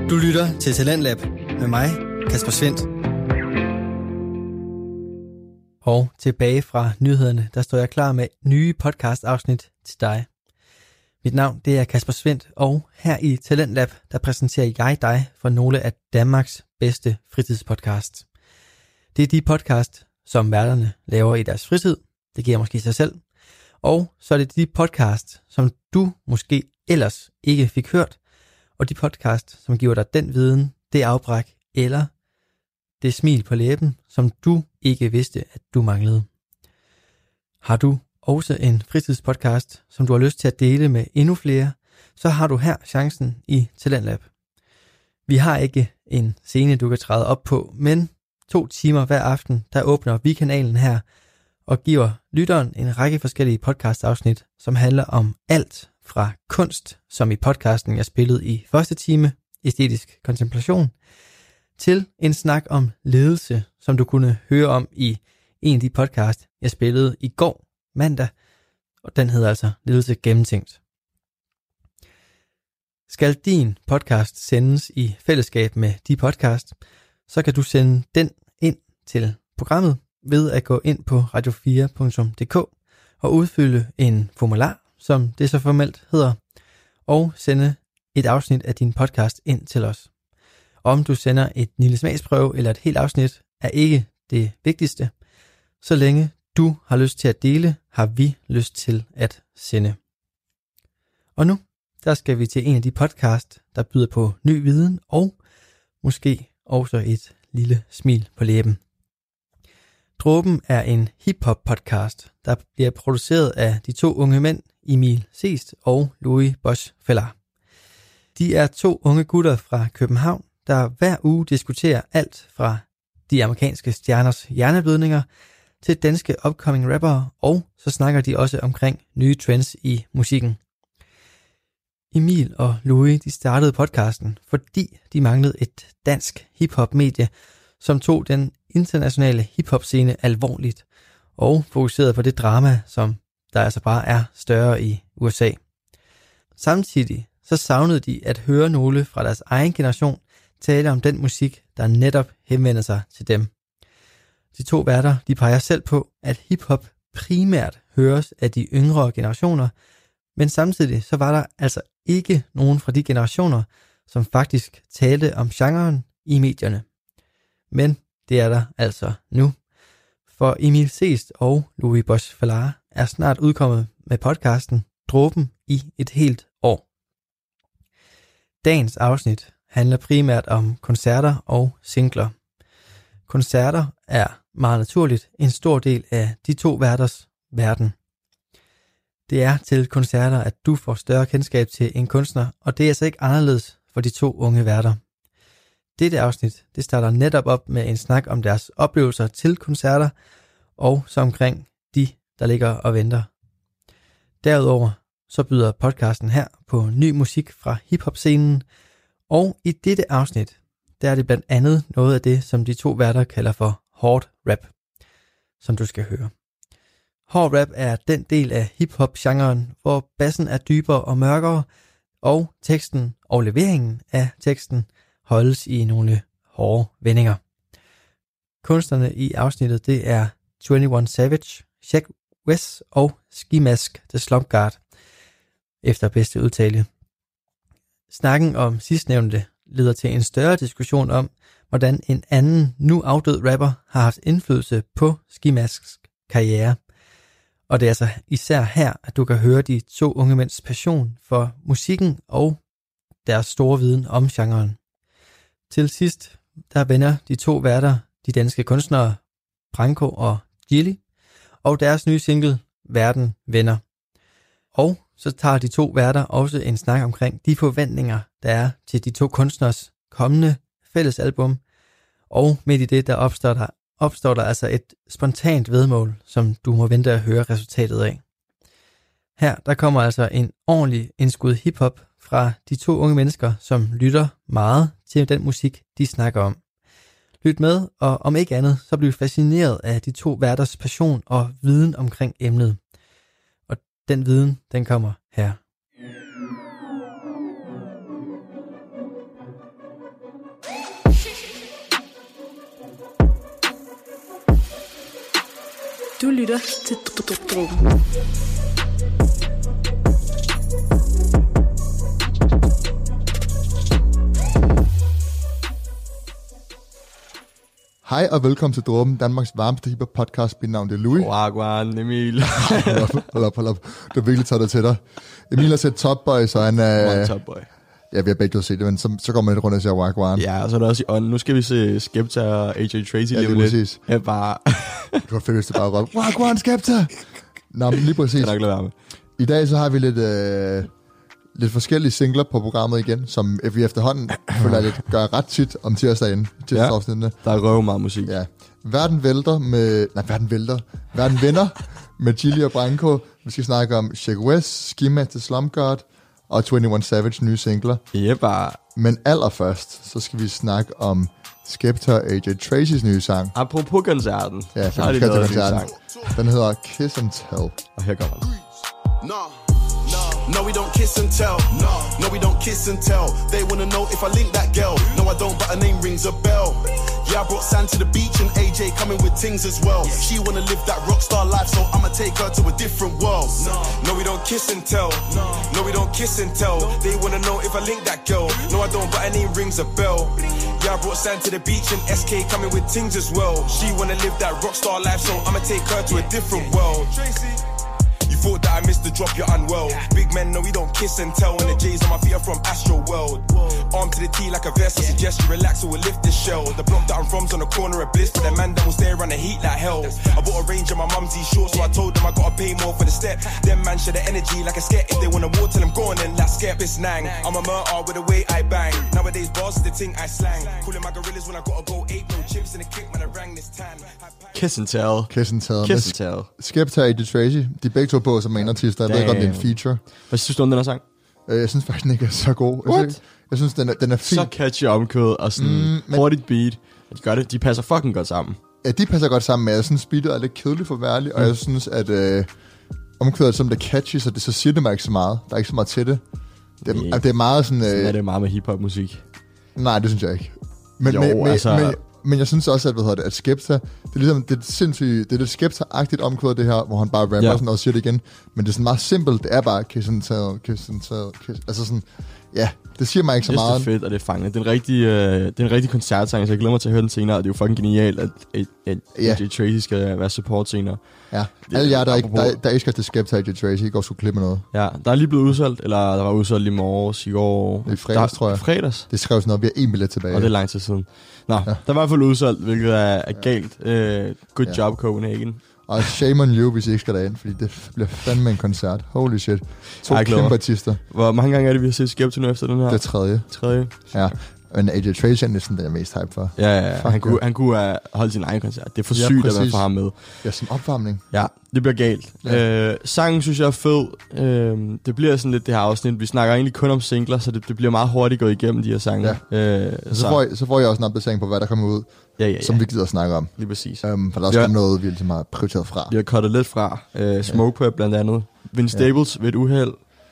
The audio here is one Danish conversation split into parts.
Du lytter til Talentlab med mig, Kasper Svendt. Og tilbage fra nyhederne, der står jeg klar med nye podcast-afsnit til dig. Mit navn det er Kasper Svendt, og her i Talentlab, der præsenterer jeg dig for nogle af Danmarks bedste fritidspodcasts. Det er de podcast, som værterne laver i deres fritid. Det giver måske sig selv. Og så er det de podcast, som du måske ellers ikke fik hørt, og de podcast, som giver dig den viden, det afbræk eller det smil på læben, som du ikke vidste, at du manglede. Har du også en fritidspodcast, som du har lyst til at dele med endnu flere, så har du her chancen i Talentlab. Vi har ikke en scene, du kan træde op på, men 2 timer hver aften, der åbner vi kanalen her og giver lytteren en række forskellige podcastafsnit, som handler om alt fra kunst, som i podcasten jeg spillede i første time, æstetisk kontemplation, til en snak om ledelse, som du kunne høre om i en af de podcast, jeg spillede i går mandag, og den hedder altså Ledelse Gennemtænkt. Skal din podcast sendes i fællesskab med de podcast, så kan du sende den ind til programmet ved at gå ind på radio4.dk og udfylde en formular, som det så formelt hedder, og sende et afsnit af din podcast ind til os. Om du sender et lille smagsprøve eller et helt afsnit, er ikke det vigtigste. Så længe du har lyst til at dele, har vi lyst til at sende. Og nu, der skal vi til en af de podcast, der byder på ny viden og måske også et lille smil på læben. Dråben er en hip-hop podcast, der bliver produceret af de 2 unge mænd, Emil Seest og Louis Bosch Fellar. De er 2 unge gutter fra København, der hver uge diskuterer alt fra de amerikanske stjerners hjerneblødninger til danske upcoming rappere, og så snakker de også omkring nye trends i musikken. Emil og Louis de startede podcasten, fordi de manglede et dansk hip-hop-medie, som tog den internationale hip-hop-scene alvorligt og fokuserede på det drama, som der altså bare er større i USA. Samtidig så savnede de at høre nogle fra deres egen generation tale om den musik, der netop henvender sig til dem. De 2 værter de peger selv på, at hip-hop primært høres af de yngre generationer, men samtidig så var der altså ikke nogen fra de generationer, som faktisk talte om genren i medierne. Men det er der altså nu. For Emil Seest og Louis Bosch Fellar er snart udkommet med podcasten Dråben i et helt år. Dagens afsnit handler primært om koncerter og singler. Koncerter er meget naturligt en stor del af de 2 værters verden. Det er til koncerter, at du får større kendskab til en kunstner, og det er altså ikke anderledes for de 2 unge værter. Dette afsnit det starter netop op med en snak om deres oplevelser til koncerter, og så omkring de, der ligger og venter. Derudover så byder podcasten her på ny musik fra hiphop-scenen, og i dette afsnit, der er det blandt andet noget af det, som de 2 værter kalder for hård rap, som du skal høre. Hård rap er den del af hip-hop-genren, hvor bassen er dybere og mørkere, og teksten og leveringen af teksten holdes i nogle hårde vendinger. Kunstnerne i afsnittet det er 21 Savage, Sheck Wes og Ski Mask The Slump Guard, efter bedste udtale. Snakken om sidstnævnte leder til en større diskussion om, hvordan en anden nu afdød rapper har haft indflydelse på Ski Masks karriere. Og det er altså især her, at du kan høre de 2 unge mænds passion for musikken og deres store viden om genren. Til sidst, der vender de 2 værter, de danske kunstnere Branko og Gilly, og deres nye single, Verden Vender. Og så tager de 2 værter også en snak omkring de forventninger, der er til de 2 kunstners kommende fællesalbum, og midt i det, der opstår der altså et spontant vedmål, som du må vente at høre resultatet af. Her, der kommer altså en ordentlig indskud hiphop fra de 2 unge mennesker, som lytter meget til den musik, de snakker om. Lyt med, og om ikke andet, så bliv fascineret af de 2 værters passion og viden omkring emnet. Og den viden, den kommer her. Du lytter til Droppen. Hej og velkommen til Droppen, Danmarks varmeste hiphop podcast. Mit navn er Louis. Wagwan, Emil. Hold op. Du har virkelig taget det til dig. Emil har set Top Boy, så han er... Top Boy. Ja, vi har begge set det, men så går man lidt rundt og siger Wagwan. Ja, og så er der også i ånden. Nu skal vi se Skepta og AJ Tracy lige lidt. Præcis. Ja, bare... Det var fedt, hvis det bare råbte, Wagwan, Skepta! Nå, men lige præcis. Kan nok lade være med. I dag så har vi lidt forskellige singler på programmet igen, som vi efterhånden føler lidt gør ret tit om tirsdagen. Ja, der er røv meget musik. Ja. Verden venter. Verden vender med Chili og Branko. Vi skal snakke om Sheck West, Skima til Slum God og 21 Savage nye singler. Ja, bare... Men allerførst, så skal vi snakke om Skepta og AJ Tracys nye sang. Apropos koncerten. Ja, så har de lavet en ny sang. Den hedder Kiss and Tell. Og her kommer den. No, we don't kiss and tell. No, we don't kiss and tell. They wanna know if I link that girl. No, I don't, but her name rings a bell. Yeah, I brought Sam to the beach and AJ coming with things as well. She wanna live that rockstar life, so I'ma take her to a different world. No, we don't kiss and tell. No, we don't kiss and tell. They wanna know if I link that girl. No, I don't, but her name rings a bell. Yeah, I brought Sam to the beach and SK coming with things as well. She wanna live that rockstar life, so I'ma take her to a different world. You thought that I missed the drop, you're unwell. Big men, no, we don't kiss and tell. When the J's on my feet are from Astro World. Arm to the T like a vest, I suggest you relax or we'll lift this shell. The block that I'm from's on the corner of Bliss, but the man that was there run the heat like hell. I bought a range of my mum's shorts, so I told them I gotta pay more for the step. Them man share the energy like a sket. If they wanna war, tell them go on then, let's skep this nang. I'm a murder with the way I bang. Nowadays, bars is the thing I slang. Cooling my gorillas when I gotta go 8, no chips in the kick, man, I rang this tan. Kiss and Tell. Kiss and Tell. Kiss and Tell. Skepta og AJ Tracy, de er begge to på som en artist. Jeg ved godt, det er en feature. Hvad synes du om den her sang? Jeg synes faktisk, den ikke er så god. What? Jeg synes, den er fin. Så catchy omkød og sådan hurtigt beat. De gør det. De passer fucking godt sammen. Ja, de passer godt sammen, men jeg synes, beatet er lidt kedeligt for værligt, og jeg synes, at omkvædet er som det catchy, så siger det mig ikke så meget. Der er ikke så meget til det. Det er meget sådan... Sådan er det meget med hiphop-musik. Nej, det synes jeg ikke. Men jeg synes også, at Skepta, det er ligesom, det er sindssygt, det er lidt Skepta-agtigt omkvædet det her, hvor han bare rapper sådan og siger det igen. Men det er sådan meget simpelt, det er bare kiss and tell, kiss and tell, kiss. Altså sådan, ja, det siger mig ikke så meget. Det er fedt, og det er fangende. Det er en rigtig koncertsang, så jeg glæder mig til at høre den senere. Og det er jo fucking genialt, at AJ Tracy skal være support senere. Ja, alle jer, der elsker til Skepta og AJ Tracy, I går skulle klippe noget. Ja, der er lige blevet udsolgt, eller der var udsolgt i morges, i går. Det er fredags, tror jeg. Fredags? Det skrev sådan noget, vi har 1 billet tilbage. Og det er lang tid siden. Nå, der var i hvert fald udsolgt, hvilket er galt. Good job, Copenhagen. Og shame on you, hvis I ikke skal derind, fordi det bliver fandme en koncert. Holy shit. 2 kæmpe artister. Hvor mange gange er det, vi har set Skepta nu efter den her? Det er tredje. Ja. Men AJ Tracy er næsten den, jeg er mest hype for. Ja. Han kunne have holdt sin egen koncert. Det er for sygt, at man får ham med. Ja, som opvarmning. Ja, det bliver galt. Ja. Sangen synes jeg er fed. Det bliver sådan lidt det her afsnit. Vi snakker egentlig kun om singler, så det bliver meget hurtigt gået igennem de her sange. Ja. Så får jeg også en opdatering på, hvad der kommer ud, som vi gider at snakke om. Lige præcis. For der er også kommet noget, vi ligesom har prioriteret fra. Vi har cuttet lidt fra. Smoke Pep blandt andet. Vince Staples ved et uheld.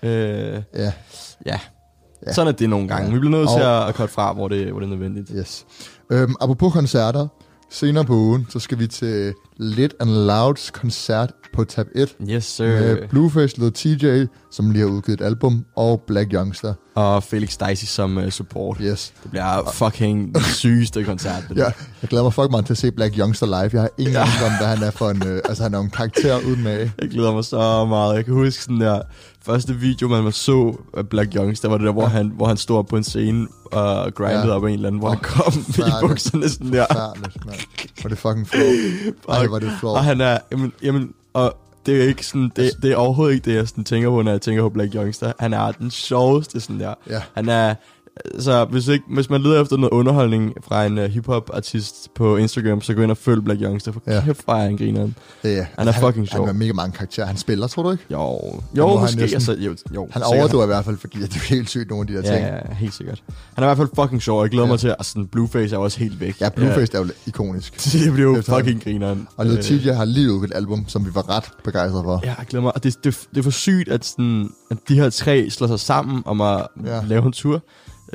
Ja. Sådan er det nogle gange. Vi bliver nødt til at cutte fra, hvor det er nødvendigt. Yes. Apropos koncerter, senere på ugen, så skal vi til Lit and Louds koncert på Tab 1. Yes, sir. Med Blueface, Lil TJ, som lige har udgivet et album, og Black Youngster. Og Felix Dicey som support. Yes. Det bliver fucking sygeste koncert. Ja, jeg glæder mig fucking meget til at se Black Youngster live. Jeg har ingen idé om, hvad han er for en... han er en karakter uden med. Jeg glæder mig så meget. Jeg kan huske sådan der første video, man så af Black Youngster, var det der, hvor han stod på en scene og grindede op en eller anden, hvor han kom i bukserne sådan der. Færdigt, mand. Var det fucking flow. Var det flow. Og han er... Jamen, og det er ikke sådan, det er overhovedet ikke det, jeg sådan tænker på, når jeg tænker på Black Youngster. Han er den sjoveste sådan der. Ja. Han er... Så hvis man leder efter noget underholdning fra en hip-hop-artist på Instagram, så gå ind og følg Black Youngster, for kæft fra han griner. Ja, han er fucking sjov. Han har mega mange karakterer. Han spiller, tror du ikke? Jo, måske. Han overdår i hvert fald, fordi det er helt sygt, nogle af de der ting. Ja, helt sikkert. Han er i hvert fald fucking sjov, jeg glæder mig til, at sådan, Blueface er også helt væk. Ja, Blueface er jo ikonisk. Det bliver jo fucking grineren. Og Lil TJ har lige udgivet et album, som vi var ret begejstrede for. Ja, jeg glæder mig. Og det er for sygt, at de her tre slår sig sammen om at lave en tur.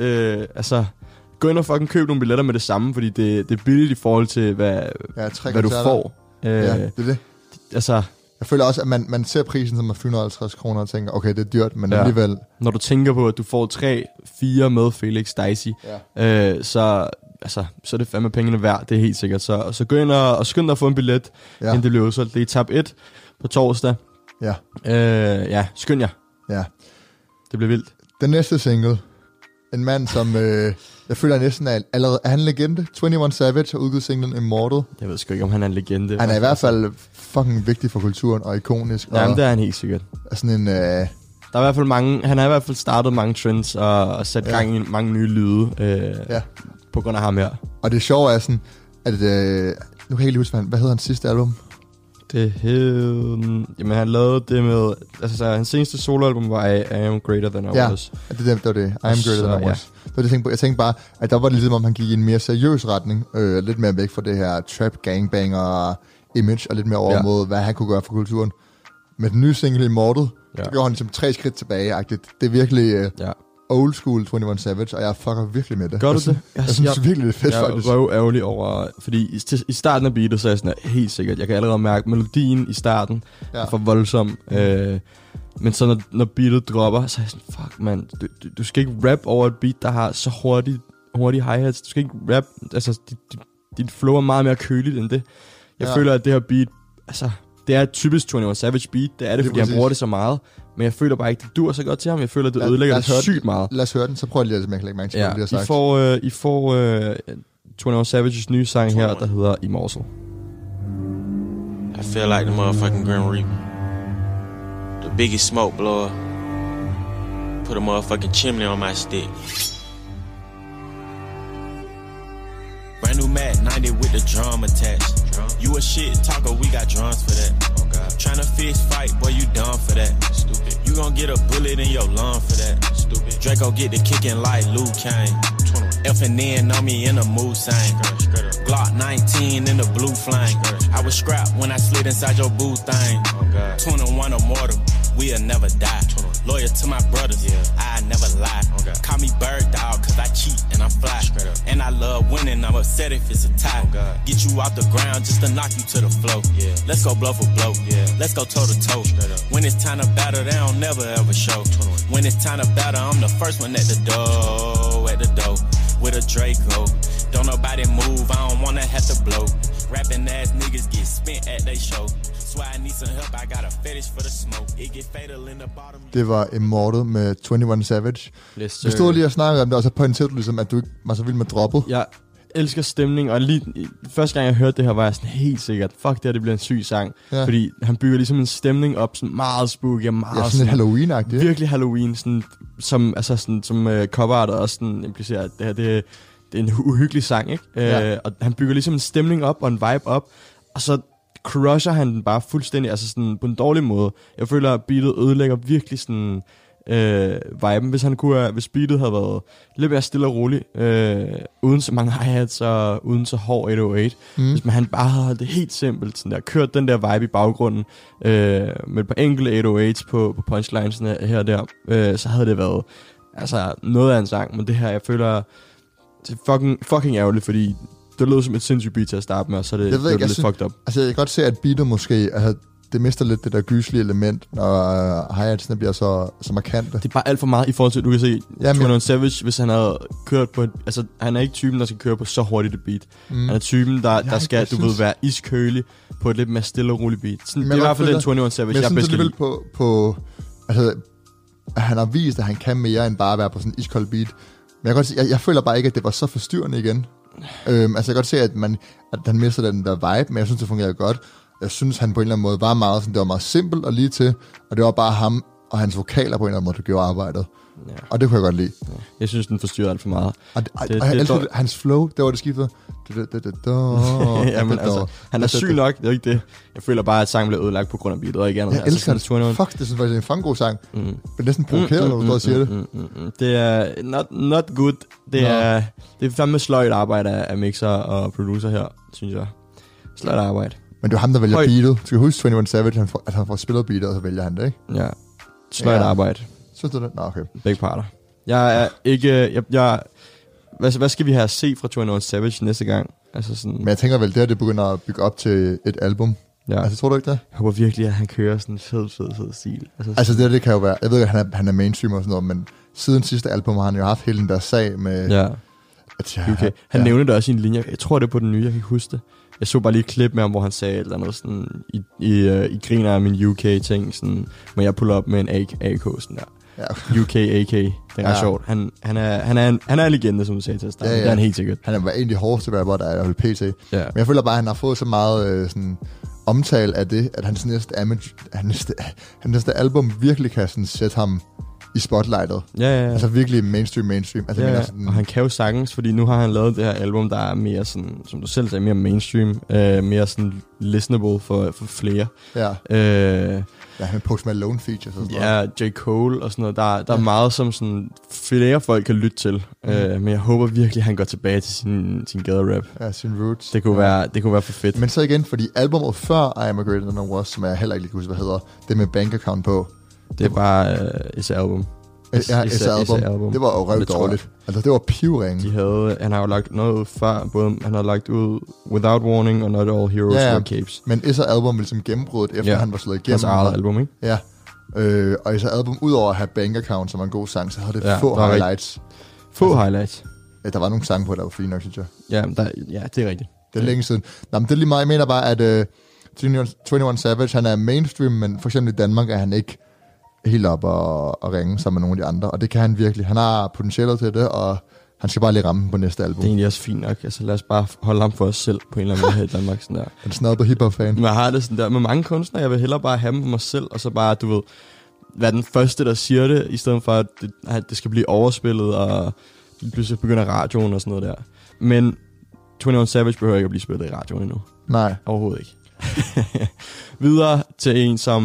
Gå ind og fucking køb nogle billetter med det samme, fordi det er billigt i forhold til, hvad du får. Det er det. altså... Jeg føler også, at man ser prisen som er 450 kroner og tænker, okay, det er dyrt, men alligevel... Når du tænker på, at du får 3-4 med Felix Dicey, så er det fandme pengene værd, det er helt sikkert. Så gå ind og skynd dig at få en billet, inden det bliver udsolgt. Det er etape 1 på torsdag. Ja. Skynd jer. Ja. Det bliver vildt. Den næste single, en mand, som jeg føler næsten allerede... Er han en legende? 21 Savage har udgivet singlen Immortal. Jeg ved sgu ikke, om han er en legende. Han er i hvert fald fucking vigtig for kulturen og ikonisk. Jamen, det er han helt sikkert. Sådan en... Der er i hvert fald mange... Han har i hvert fald startet mange trends og sat gang i mange nye lyde på grund af ham her. Og det sjove er sådan, at... nu kan jeg ikke lige huske, hvad hedder hans sidste album? Det hed... Jamen, han lavede det med... Altså, hans seneste soloalbum var I Am Greater Than I Was. Ja, det var det. I Am Greater Than I Was. Det var det, jeg tænkte bare, at der var det ligesom, om han gik i en mere seriøs retning. Lidt mere væk fra det her trap gangbanger image, og lidt mere over mod, hvad han kunne gøre for kulturen. Med den nye single Immortal, så gjorde han ligesom 3 skridt tilbage-agtigt. Det er virkelig... old school 21 Savage, og jeg fucker virkelig med det. Gør du det? Jeg synes virkelig, det er fedt, faktisk. Jeg var ærgerlig over, fordi i starten af beatet, så er jeg sådan helt sikkert, jeg kan allerede mærke, melodien i starten er for voldsom, men så når beatet dropper, så er jeg sådan, fuck man, du skal ikke rap over et beat, der har så hurtige hi-hats, du skal ikke rap, altså dit flow er meget mere køligt end det. Jeg føler, at det her beat, altså, det er et typisk 21 Savage beat, det er det, fordi han bruger det så meget. Men jeg føler bare ikke, det dur så godt til ham. Jeg føler, det ødelægger det sygt meget. Lad os høre den, så prøver jeg lige at lægge mærke til, hvad det har sagt. I får 21 Savages nye sang her, der hedder Immortal. I feel like the motherfucking Grim Reaper. The biggest smoke blower. Put a motherfucking chimney on my stick. Brand new Mac 90 with the drum attached. You a shit talker, we got drums for that. Tryna fist fight, boy, you done for that. Stupid. You gon' get a bullet in your lung for that. Stupid. Draco get the kicking like Luke Kane. F&N on me in a mood sign. Glock 19 in the blue flame. I was scrapped when I slid inside your boo thing. 21 immortal, we'll never die. Loyal to my brothers, I never lie. Call me bird dog, cause I cheat and I'm fly. And I love winning, I'm upset if it's a tie. Get you off the ground just to knock you to the floor. Let's go blow for blow, let's go toe to toe. When it's time to battle, they don't never ever show. When it's time to battle, I'm the first one at the door, with a Draco. Don't nobody move, I don't wanna have to blow. Rapping ass niggas get spent at they show. Swear I need some help, I got a fetish for the smoke. It get fatal in the bottom. Det var Immortal med 21 Savage. Vi stod lige og snakkede om det, og så pointerede du ligesom, at du ikke var så vild med droppet. Jeg elsker stemning, og lige første gang jeg hørte det her, var jeg sådan helt sikkert, fuck det bliver en syg sang. Fordi han bygger ligesom en stemning op, sådan meget spooky og meget sådan Halloween-agtigt. Virkelig Halloween, sådan, som coverartet også sådan implicerer, at det her, det er en uhyggelig sang, ikke? Og han bygger ligesom en stemning op og en vibe op, og så crusher han den bare fuldstændig, altså sådan på en dårlig måde. Jeg føler, at beatet ødelægger virkelig sådan viben. Hvis beatet havde været lidt mere stille og roligt, uden så mange hi-hats og uden så hård 808. Hvis han bare havde holdt det helt simpelt, sådan der, kørt den der vibe i baggrunden, med et par enkelte 808s på punchlinesene her og der, så havde det været altså noget af en sang. Men det her, jeg føler, det er fucking ærgerligt, fordi det lød som et sindssygt beat til at starte med, og så er det lidt fucked up. Altså, jeg kan godt se, at beatet måske det mister lidt det der gyslige element, når hi-hatsene bliver så markante. Det er bare alt for meget i forhold til, du kan se, 21 Savage, hvis han havde kørt på altså, han er ikke typen, der skal køre på så hurtigt et beat. Han er typen, der skal, være iskølig på et lidt mere stille og roligt beat. Sådan, det er i hvert fald den 21 Savage, jeg bedst kan lide. på altså, at han har vist, at han kan mere end bare at være på sådan en iskold beat. Men jeg føler bare ikke, at det var så forstyrrende igen. Altså, jeg kan godt se, at han mister den der vibe, men jeg synes, det fungerede godt. Jeg synes, han på en eller anden måde var meget sådan, det var meget simpelt og lige til, og det var bare ham og hans vokaler på en eller anden måde, der gjorde arbejdet. Ja. Og det kunne jeg godt lide. Ja. Jeg synes, den forstyrrer alt for meget. Og jeg elsker hans flow, det var det skiftede. Jamen altså, han er syg nok, det er ikke det. Jeg føler bare, at sangen blev ødelagt på grund af beatet, og ikke andet. Jeg elsker det. Fuck, det synes faktisk, det er en fucking god sang. Jeg er næsten provokeret, når du står og siger det. Det er not good. Det er fandme sløjt arbejde af mixer og producer her, synes jeg. Sløjt arbejde. Men det er ham, der vælger beatet. Du skal huske 21 Savage, at han får spillet beatet, og så vælger han det, ikke? Ja. Sløjt arbejde. Synes du det? Nå, okay. Begge parter. Jeg er ikke... Hvad skal vi have at se fra 21 Savage næste gang? Altså sådan... Men jeg tænker vel, det begynder at bygge op til et album. Ja. Altså, tror du ikke det? Jeg håber virkelig, at han kører sådan en fed stil. Altså det kan jo være... Jeg ved ikke, at han er mainstream og sådan noget, men siden sidste album har han jo haft hele den der sag med... Ja. Okay. Han nævnte det også i en linje. Jeg tror, det er på den nye, jeg kan ikke huske det. Jeg så bare lige et klip med ham, hvor han sagde et eller andet sådan... I griner af min UK-ting, sådan... Må jeg pulle op med en AK, sådan der. Ja, okay. UK AK. Det er ret sjovt. Han er en legende, som du sagde til at starte. Ja. Det er han helt sikkert. Han er en af de hårdeste rapper, der er pt. Ja. Men jeg føler bare, at han har fået så meget sådan, omtale af det, at hans næste album virkelig kan sådan, sætte ham i spotlightet. Ja. Altså virkelig mainstream. Altså, ja. Sådan, og han kan jo sagtens, fordi nu har han lavet det her album, der er mere sådan, som du selv sagde, mere mainstream, mere sådan listenable for flere. Ja. Ja, han Post Malone features og sådan noget. Ja, J. Cole og sådan noget. Der er meget, som sådan flere folk kan lytte til. Men jeg håber virkelig, han går tilbage til sin gaderap. Ja, sin roots. Det kunne være for fedt. Men så igen, fordi albumet før I Am A Greater Than I Was, som jeg heller ikke lige kan huske, hvad hedder, det med bank account på. Det er bare It's Album. Album. Det var jo røvt dårligt. Altså, det var pivring. Han har jo lagt noget ud før, både han har lagt ud Without Warning og Not All Heroes Wear Capes. Men It's Album ville ligesom gennembruddet, efter han var slået igennem. Hans eget album, ikke? Ja. Og It's Album, udover at have Bank Account, som er en god sang, så havde det få highlights. Highlights? Ja, der var nogle sange på, der var fine nok, synes jeg. Ja, det er rigtigt. Det er længe siden. Nå, men det er lige meget. Jeg mener bare, at 21 Savage, han er mainstream, men for eksempel i Danmark er han ikke helt op og ringe sammen med nogle af de andre, og det kan han virkelig. Han har potentialet til det, og han skal bare lige ramme på næste album. Det er egentlig også fint nok. Altså lad os bare holde ham for os selv på en eller anden måde her i Danmark. Sådan der. Han er snart på hiphop-fan. Men jeg har det sådan der med mange kunstnere, jeg vil hellere bare have dem for mig selv, og så bare, du ved, være den første, der siger det, i stedet for, at det skal blive overspillet, og pludselig begynder radioen og sådan noget der. Men 21 Savage behøver ikke at blive spillet i radioen endnu. Nej. Overhovedet ikke. Videre til en, som...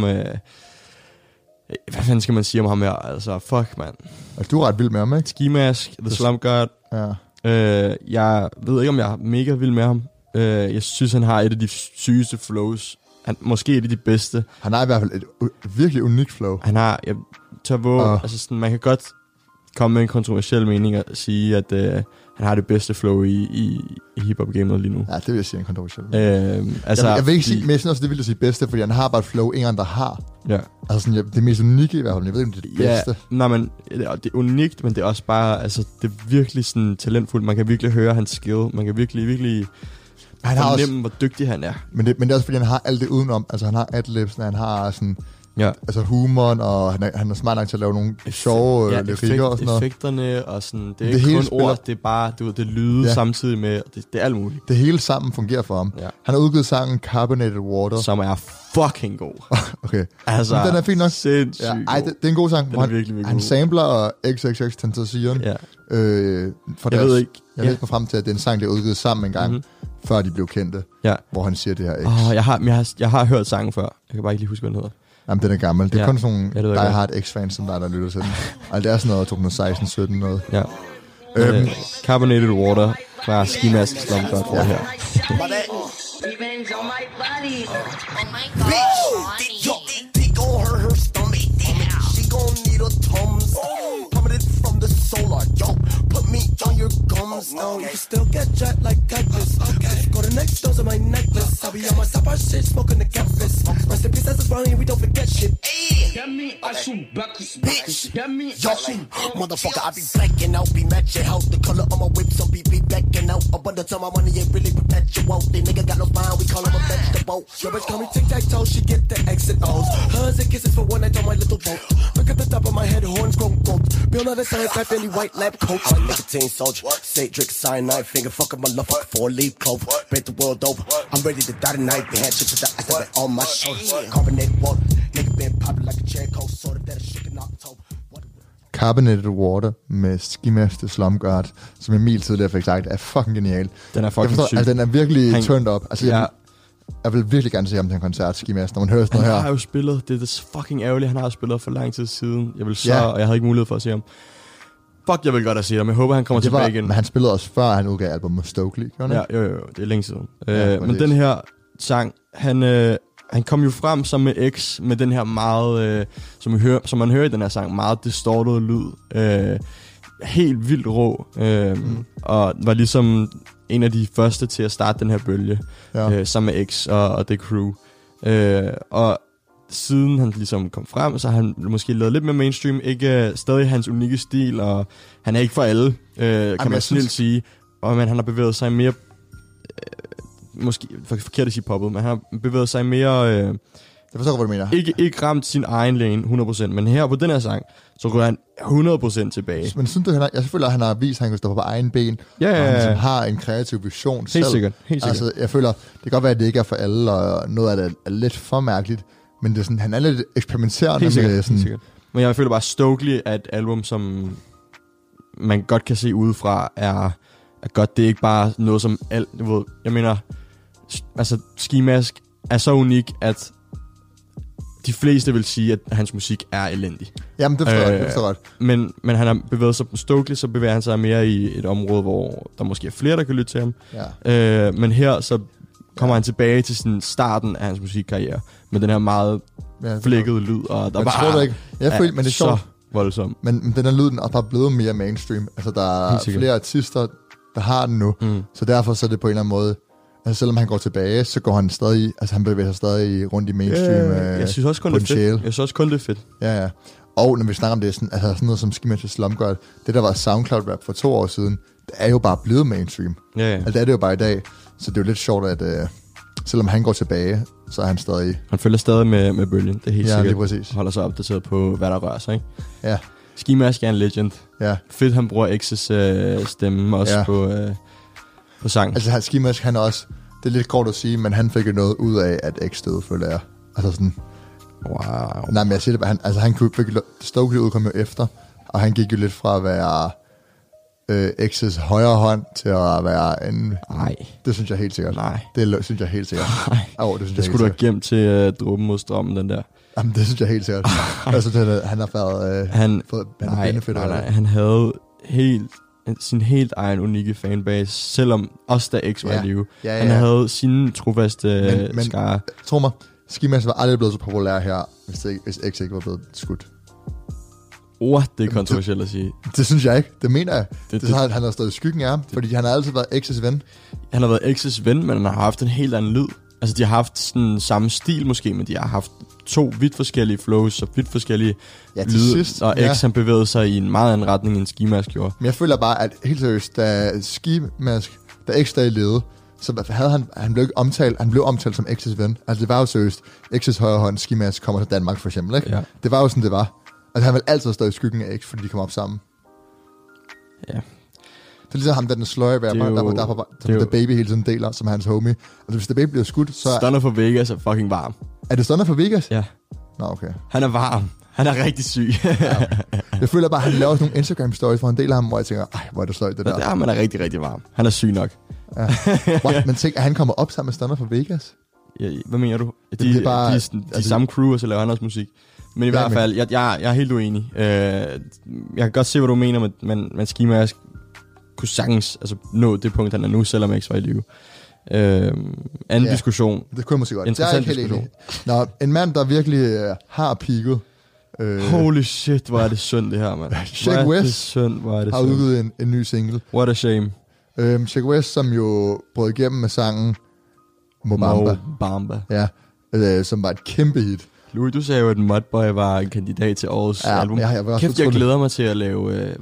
hvad fanden skal man sige om ham her? Altså, fuck, mand. Altså, du er ret vild med ham, ikke? Ski Mask, The Slump God. Ja. Jeg ved ikke, om jeg er mega vild med ham. Jeg synes, han har et af de sygeste flows. Måske et af de bedste. Han har i hvert fald et virkelig unikt flow. Han har... Jeg tør våge... Altså, sådan, man kan godt komme med en kontroversiel mening og sige, at han har det bedste flow i hip-hop-gamet lige nu. Ja, det vil jeg sige en kontroversiel. Altså, jeg vil ikke sige... Men jeg synes også, det vil jeg sige bedste, fordi han har bare et flow, ingen andre har. Ja. Altså sådan, det mest unikke i hvert fald. Jeg ved ikke, om det er det bedste. Ja, nej, men det er unikt, men det er også bare... Altså, det er virkelig sådan talentfuldt. Man kan virkelig høre hans skill. Man kan virkelig fornemme, hvor dygtig han er. Men det er også, fordi han har alt det udenom. Altså, han har adlibs, han har sådan... Ja. Altså humoren, og han er smart nok til at lave nogle sjove lyrikker og sådan noget. Effekterne og sådan, det er ikke kun ord, det er bare, det lyde samtidig med, det er alt muligt. Det hele sammen fungerer for ham. Ja. Han har udgivet sangen Carbonated Water. Som er fucking god. Okay. Altså, den er fint nok. Sindssygt god. Ej, det er en god sang. Den er virkelig han sampler XXXTentacion. Ja. Jeg ved ikke. Jeg ved mig frem til, at det er en sang, der er udgivet sammen en gang, før de blev kendte. Ja. Hvor han siger det her X. Jeg har hørt sangen før. Jeg kan bare ikke lige huske, hvad den hedder. Jamen, den er gammel. Det er kun sådan nogle Die Hard X-fans, som der lytter til den. Altså, det er sådan noget 2016-17 noget. Ja. Carbonated Water fra Ski Mask Slump God for her. Revenge on my body. Bitch, yo, they gon' hurt her stomach. She gon' need a Tums. Plummeted from the solar. Yo, put me on your gums. No, you can still get jacked like cactus. Just go to next dose of my necklace. I'll be on my stop our shit, smoking the catfish. Rest in peace, that's funny, we don't forget shit. Bitch, yo, motherfucker, I be blacking out, be matching out. The color of my whip, some be backing out. Up on the time, my money ain't really perpetual. They nigga got no spine, we call him a vegetable. Your bitch call me tic-tac-toe, she get the X and O's. Hugs and kisses for one night on my little boat. Look at the top of my head, horns grown gold. Build on the side, type any white lab coat. I'm a nicotine soldier, say drink cyanide, finger fucking my love, fuck for a leaf clover. Break the world over, I'm ready to die tonight. They had shit to die, I said it on my shoulders. Carbonated water, nigga been popping like a cherry coke, sorta that a shit in October. Carbonated Water med Ski Mask The Slump God, som Emil tidligere fik sagt, er fucking genial. Den er fucking syg. Altså, den er virkelig turned up. Altså, jeg vil virkelig gerne se ham til en koncert, Ski Mask, når man hører sådan noget her. Han har jo spillet, det er fucking ærgerligt, han har spillet for lang tid siden. Og jeg havde ikke mulighed for at se ham. Fuck, jeg vil godt at se ham. Jeg håber, han kommer tilbage igen. Men han spillede også før, han udgav album med Stokely. Jo, det er længe siden. Men den her sang, han kom jo frem sammen med X med den her meget, som man hører i den her sang, meget distorted lyd. Helt vildt rå. Og var ligesom en af de første til at starte den her bølge, sammen med X og det crew. Og siden han ligesom kom frem, så har han måske lavet lidt mere mainstream, ikke stadig hans unikke stil, og han er ikke for alle, kan man snilt sige. Men han har bevæget sig mere, måske forkert at sige poppet, men han har bevæget sig mere... jeg forstår, hvad du mener. Ikke ramt sin egen lane 100%, men her på den her sang, så ryger han 100% tilbage. Men synes du, jeg føler, at han har vist, at han kan stå på egen ben, og han ligesom har en kreativ vision helt selv. Sikkert. Altså, jeg føler, det kan godt være, at det ikke er for alle, og noget af det er lidt for mærkeligt, men det er sådan, han er lidt eksperimenterende med sådan... Helt men jeg føler bare, Stokely er et album, som man godt kan se udefra, er godt. Det er ikke bare noget som alt, jeg mener, altså Ski Mask er så unik, at de fleste vil sige, at hans musik er elendig. Jamen, det forstår jeg godt. Men han har bevæget sig på Stokely, så bevæger han sig mere i et område, hvor der måske er flere, der kan lytte til ham. Ja. Men her, så kommer han tilbage til sådan starten af hans musikkarriere, med den her meget flækkede lyd, og der bare ikke. Jeg føler, men det er så voldsomt. Men den her lyd, den er bare blevet mere mainstream. Altså, der er flere artister, der har den nu, så derfor så er det på en eller anden måde... Altså selvom han går tilbage, så går han stadig, altså han bevæger sig stadig rundt i mainstream. Jeg synes også kun det er fedt. Jeg synes også kun det er fedt. Ja. Og når vi snakker om det, sådan, altså sådan noget som Ski Mask Slum God, det der var SoundCloud rap for 2 år siden, det er jo bare blevet mainstream. Ja. Altså det er det jo bare i dag. Så det er jo lidt sjovt, at selvom han går tilbage, så er han stadig... Han følger stadig med bølgen, det er helt sikkert. Ja, lige præcis. Holder sig opdateret på, hvad der rører sig, ikke? Ja. Ski Mask er en legend. Ja. Fedt, han bruger X's stemme også på sang. Altså Ski Mask, han er også... Det er lidt grovt at sige, men han fik jo noget ud af, at X døde, føler jeg. Altså sådan... Wow. Nej, men jeg siger det bare, han fik Stokely udkom jo efter, og han gik jo lidt fra at være X's højre hånd til at være en... Nej. Det synes jeg helt sikkert. Nej. Det synes jeg helt sikkert. Nej. Det skulle du have gemt til dråben mod strømmen, den der. Jamen, det synes jeg helt sikkert. Jeg synes, han har været... Nej. Han havde sin helt egen unikke fanbase, selvom også da X var i live. Ja. Han havde sine trofaste skare. Tro mig, Ski Mask var aldrig blevet så populær her, hvis X ikke var blevet skudt. Det er kontroversielt at sige. Det synes jeg ikke. Det mener jeg. Han har stået i skyggen af ham, fordi han har altid været X's ven. Han har været X's ven, men han har haft en helt anden lyd. Altså, de har haft sådan samme stil måske, men de har haft 2 vidt forskellige flows og vidt forskellige lyde. Og X han bevægede sig i en meget anden retning, end Ski Mask gjorde. Men jeg føler bare, at helt seriøst, da Ski Mask, da X stadig levede, så havde han blev ikke omtalt, han blev omtalt som X's ven. Altså, det var jo seriøst, X's højre hånd, Ski Mask kommer til Danmark for eksempel, ikke? Ja. Det var jo sådan, det var. Altså, han ville altid stå i skyggen af X, fordi de kom op sammen. Ja. Det er ligesom ham, den sløje rapper, der The Baby hele tiden deler, som hans homie. Altså, hvis The Baby bliver skudt, så... Stunner for Vegas er fucking varm. Er det Stunner for Vegas? Ja. Nå, okay. Han er varm. Han er rigtig syg. Ja. Jeg føler bare, at han laver sådan nogle Instagram-stories, hvor han deler ham, hvor jeg tænker, hvor er det sløjt, det der. Ja, man er rigtig, rigtig varm. Han er syg nok. Ja. Men tænk, at han kommer op sammen med Stunner for Vegas? Ja, hvad mener du? De samme crew, og så laver han også musik. Men i hvert fald, jeg er helt uenig. Jeg kan godt se, hvad du mener, men Ski Mask kunne sagtens nå det punkt, han er nu, selvom X var i live. Anden diskussion. Det kunne jeg måske godt. Interessant diskussion. Nå, en mand, der virkelig har peaked. Holy shit, hvor er det synd det her, mand. Sheck Wes har udgivet en ny single. What a shame. Sheck Wes, som jo brød igennem med sangen Mobamba. Ja, som var et kæmpe hit. Louis, du sagde jo, at Mudboy var en kandidat til årets album. Jeg glæder mig til at lave,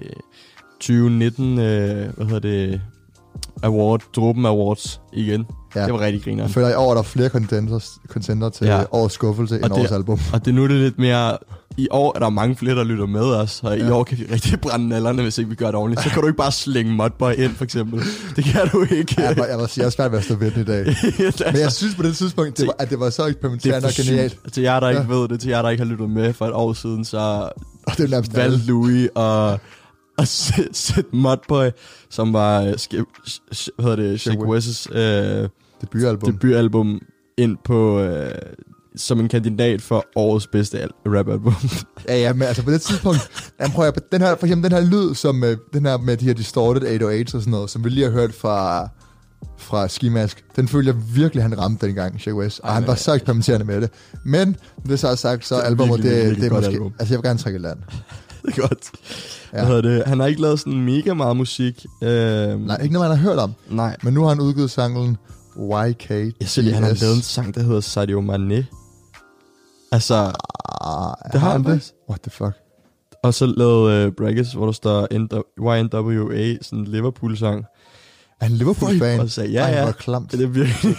2019, Dråben Awards igen. Ja. Det var rigtig grineren. Jeg føler, i år er der flere contender til årets skuffelse end årets album. Og det nu er det lidt mere... I år er der mange flere, der lytter med os, og i år kan vi rigtig brænde nallerne, hvis ikke vi gør det ordentligt. Så kan du ikke bare slænge Mudboy ind, for eksempel. Det kan du ikke. Jeg vil sige, jeg er svært ved at stå ved den i dag. Men jeg synes på det tidspunkt, at det var så eksperimenterende og genialt. Til jer, der ikke ved det, til jer, der ikke har lyttet med for et år siden, så valgte Louis og sætte Mudboy, som var Sheck Wes' debutalbum ind på som en kandidat for årets bedste rapalbum. Ja, men altså på det tidspunkt, prøver jeg på den her, for eksempel den her lyd, som den her med de her distorted 808's og sådan noget, som vi lige har hørt fra Ski Mask, den føler jeg virkelig, han ramte dengang, Sheck Wes, og han var så eksperimenterende med det. Men det så er sagt, så albumet, det er måske... Album. Altså jeg vil gerne trække et land. Det er godt. Ja. Han har ikke lavet sådan mega meget musik. Nej, ikke noget, man har hørt om. Nej. Men nu har han udgivet sanglen YKTS. Jeg han har lavet en sang, der hedder Sadio Mane. Altså, det har han det. What the fuck? Og så lavede brackets, hvor der står YNWA, sådan en Liverpool-sang. Er han Liverpool-fan? Og sagde, ja. Hvor klamt. Det er virkelig.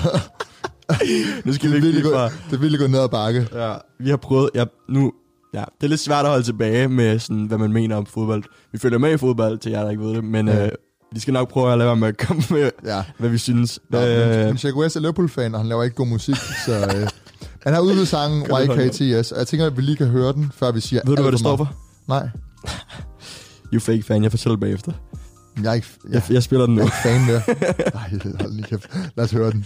Nu skal vi ikke lige fra. Det er virkelig gået ned ad bakke. Ja, vi har prøvet. Ja, det er lidt svært at holde tilbage med, sådan, hvad man mener om fodbold. Vi følger med i fodbold, til jer, der ikke ved det. Men vi skal nok prøve at lade være med at komme med, hvad vi synes. Men Sheck West er Liverpool-fan, og han laver ikke god musik. Så han har udgivet sangen YKTS, og jeg tænker, at vi lige kan høre den, før vi siger... Ved du, hvad det står for? Nej. You fake fan, jeg fortæller bagefter. Jeg spiller den nu. Jeg er fan mere. Nej, hold lige kæft. Lad os høre den.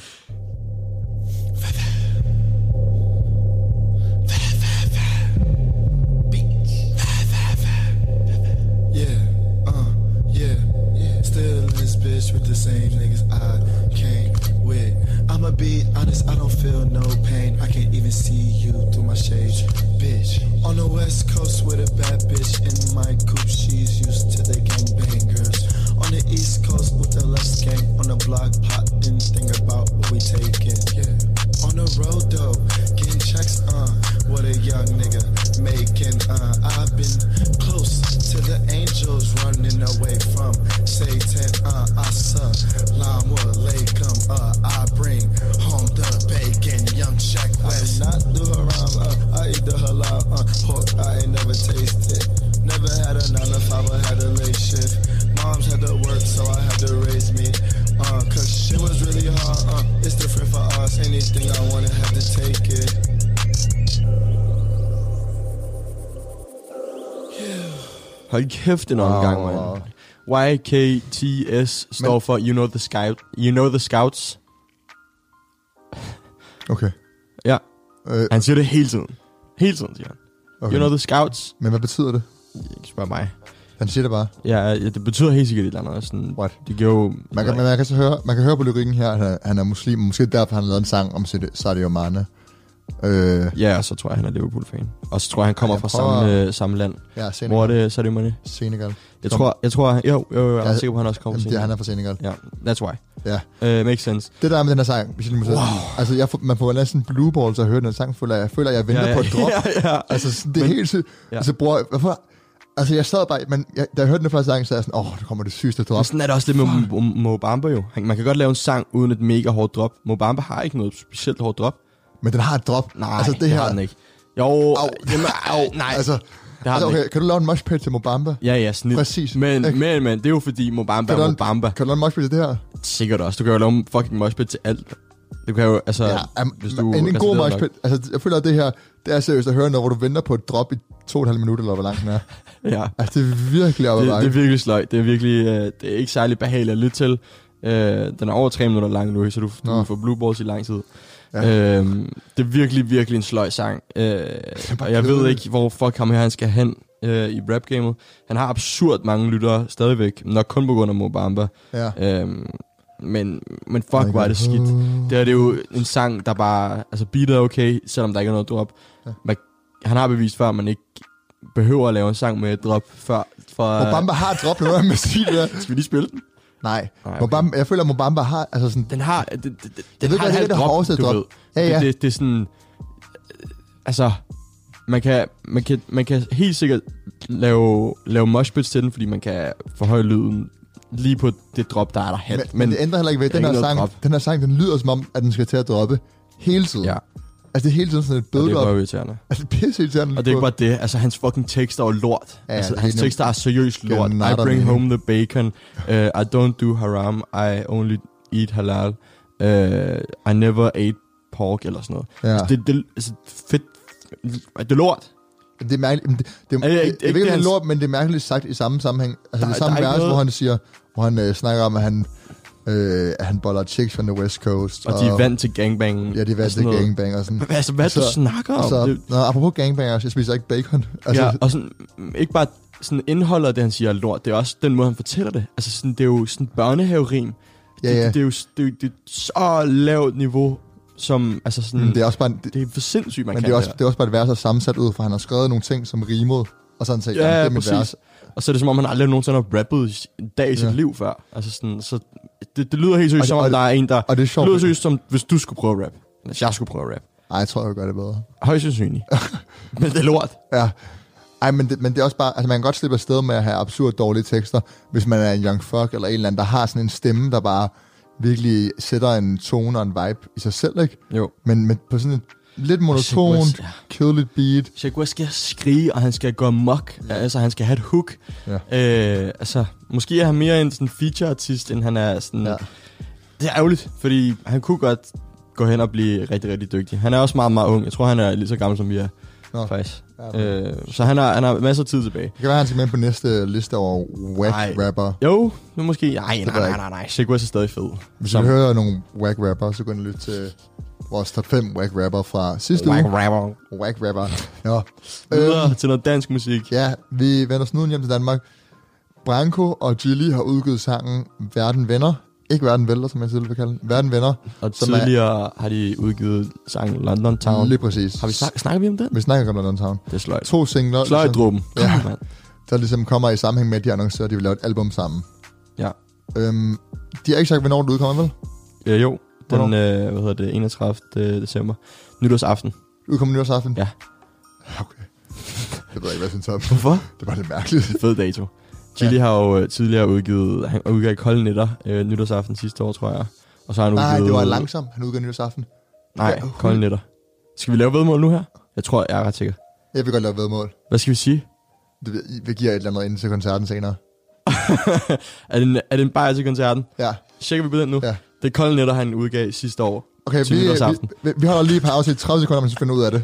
Still in this bitch with the same niggas I came with. I'ma be honest, I don't feel no pain. I can't even see you through my shades, bitch. On the west coast with a bad bitch in my coupe, she's used to the gangbangers. On the east coast with the less gang, on the block potting, think about what we taking, yeah. On the road though, getting checks, what a young nigga making, I've been close to the angels running away from Satan, assalamu alaikum, I bring home the bacon, young Sheck West. I not do haram, I eat the halal, pork I ain't never tasted, never had a 9 to 5, I had a late shift, moms had to work so I had to raise me, cause shit was really hard, it's different for us, anything I wanna have to take it. Hold kæft en omgang, man. YKTS står for You Know the Scouts. Okay. Ja. Han siger det hele tiden. Hele tiden, siger han. Okay. You Know the Scouts. Men hvad betyder det? Ikke spørg mig. Han siger det bare. Ja, det betyder helt sikkert et eller andet. Sådan, what? Det gør jo... Man kan høre på lyrikken her, han er muslim. Måske derfor han har lavet en sang om Sadio Mane. Ja, og så tror jeg, han er Liverpool-fan. Og så tror jeg, han kommer fra samme land. Ja, Senegal. Hvor er det Sadio Mane? Senegal. Jeg tror jeg er sikker på, at han også kommer fra Senegal. Han er fra Senegal. Ja, that's why. Ja. Makes sense. Det der med den her sang, hvis jeg lige må sige, altså man får næsten blue balls at høre den sang, jeg føler, jeg venter på et drop. Altså, det er helt sygt. Altså, bror, hvorfor... Altså, jeg sad bare... da jeg hørte den første sang, så er jeg sådan, der kommer det sygeste drop. Men sådan er det også lidt med Mo Bamba jo. Man kan godt lave en sang uden et mega hårdt drop. Mo Bamba har ikke noget specielt hårdt drop. Men den har et drop. Nej, altså, det her... har den ikke. Jo, nej. Altså, okay, kan du lave en moshpit til Mo Bamba? Ja, snit. Præcis. Men det er jo fordi Mo Bamba er Mo Bamba. Kan du lave en moshpit til det her? Sikkert også. Du kan jo lave en fucking moshpit til alt. Du kan jo, altså... hvis du en god moshpit. Altså, jeg føler, at det her... Det er seriøst at høre noget, hvor du venter på et drop i 2,5 minutter, eller hvor langt den er. Ja. Altså, det er virkelig op ad bakke. Det er virkelig sløjt. Det er virkelig... det er ikke særlig behageligt at lytte til. Den er over 3 minutter lang nu, så du får blue balls i lang tid. Ja. Det er virkelig, virkelig en sløj sang. Og jeg ved ikke, hvor fuck ham her han skal hen i rap-gamet. Han har absurd mange lyttere stadigvæk, nok kun på grund af Mo Bamba. Ja. Men fuck, hvor er det skidt. Det er jo en sang, der bare... Altså, beatet er okay, selvom der ikke er noget drop. Ja. Han har bevist før, at man ikke behøver at lave en sang med et drop før... Mo Bamba har et drop, nu er med sige det. Skal vi lige spille den? Nej. Okay. Jeg føler, at Mo Bamba har... Altså sådan, den har... Den har et halvt drop, du ved. Ja. Det er sådan... Altså... Man kan helt sikkert lave moshpits til den, fordi man kan forhøje lyden lige på det drop, der er der halvt. Men det ændrer heller ikke ved, den her sang, den lyder som om, at den skal til at droppe hele tiden. Ja. Altså, det er hele tiden sådan et bødler. Det er bare irriterende. Altså, det er pisse irriterende. Og det er ikke bare det. Altså, hans fucking tekster er lort. Ja, altså, hans tekster er seriøst lort. I bring home the bacon. I don't do haram. I only eat halal. I never ate pork, eller sådan noget. Ja. Altså, det altså, fedt. Det er lort. Det er mærkeligt. Det er lort, men det er mærkeligt sagt i samme sammenhæng. Altså, det er samme vers, hvor han snakker om, at han boller chicks fra the West Coast. Og de er vant til gangbang. Ja, de er vant til gangbang og sådan. Altså, hvad du snakker om? Apropos gangbang, jeg spiser ikke bacon. Altså, ja, og sådan, ikke bare sådan indholdet af det, han siger er lort. Det er også den måde, han fortæller det. Altså, sådan, det er jo sådan børnehaverim. Ja. Det er jo det er så lavt niveau, som, altså sådan... Det er også bare... Det er for sindssygt, man men kan det er også bare et vers, der er sammensat ud, for han har skrevet nogle ting, som rimede, og sådan set, ja, det er mit præcis. vers. Og så er det som om, han aldrig nogensinde har rappet en dag i sit liv før. Altså sådan, så det lyder helt seriøst, som om der er en, der... Og det er sjovt. Det lyder seriøst, som hvis du skulle prøve at rap. Hvis jeg skulle prøve at rap. Nej, jeg tror, jeg gør det bedre. Højst sandsynligt. Men det er lort. Ja. Ej, men det er også bare... Altså, man kan godt slippe afsted med at have absurd dårlige tekster, hvis man er en young fuck eller en eller anden, der har sådan en stemme, der bare virkelig sætter en tone og en vibe i sig selv, ikke? Jo. Men på sådan et lidt monotont, kedeligt beat. Shaq skal skrige, og han skal gå amok. Altså, han skal have et hook. Ja. Altså, måske er han mere en sådan feature-artist, end han er sådan... Ja. Det er ærgerligt, fordi han kunne godt gå hen og blive rigtig, rigtig dygtig. Han er også meget, meget ung. Jeg tror, han er lige så gammel, som vi er. Faktisk. Ja, så han har masser af tid tilbage. Det kan være, han skal med på næste liste over whack-rapper. Jo, nu måske. Nej. Shaq West er stadig fed. Hvis du hører nogle whack-rapper, så gå ind og lytte til vores top 5 whack-rapper fra sidste uge. Whack-rapper. Ja. Videre til noget dansk musik. Ja, vi vender snuden hjem til Danmark. Branko og Gilly har udgivet sangen Verden Venner. Ikke Verden Vælter, som jeg selv vil kalde den. Verden Venner. Og tidligere har de udgivet sangen London Town. Lige præcis. Har vi snakker vi om den? Vi snakker om London Town. Det er sløjt. 2 singler. Sløjt-dråben. Ja. Der ligesom kommer i sammenhæng med, at de annoncerer, at de vil lave et album sammen. Ja. De har ikke sagt, hvornår det udkommer, vel? Ja, jo. Den 31. december. Nytårsaften. Udkommer nytårsaften? Ja. Okay. Det ved jeg ikke, hvad jeg synes om. Hvorfor? Det var lidt mærkeligt. Det er fed dato. Chili har jo tidligere udgivet... Han udgav Kolde Nætter nytårsaften sidste år, tror jeg. Og så har han udgivet... Nej, det var langsomt. Han udgav nytårsaften. Nej, Kolde Nætter. Skal vi lave vedmål nu her? Jeg tror, jeg er ret sikker. Jeg vil godt lave vedmål. Hvad skal vi sige? Vi giver et eller andet ind til koncerten senere. er det en bajer til koncerten? Ja. Tjekker vi på den nu? Ja. Det er Kolde Nætter, han udgav sidste år. Okay, vi holder lige pause i 30 sekunder, mens vi finder ud af det.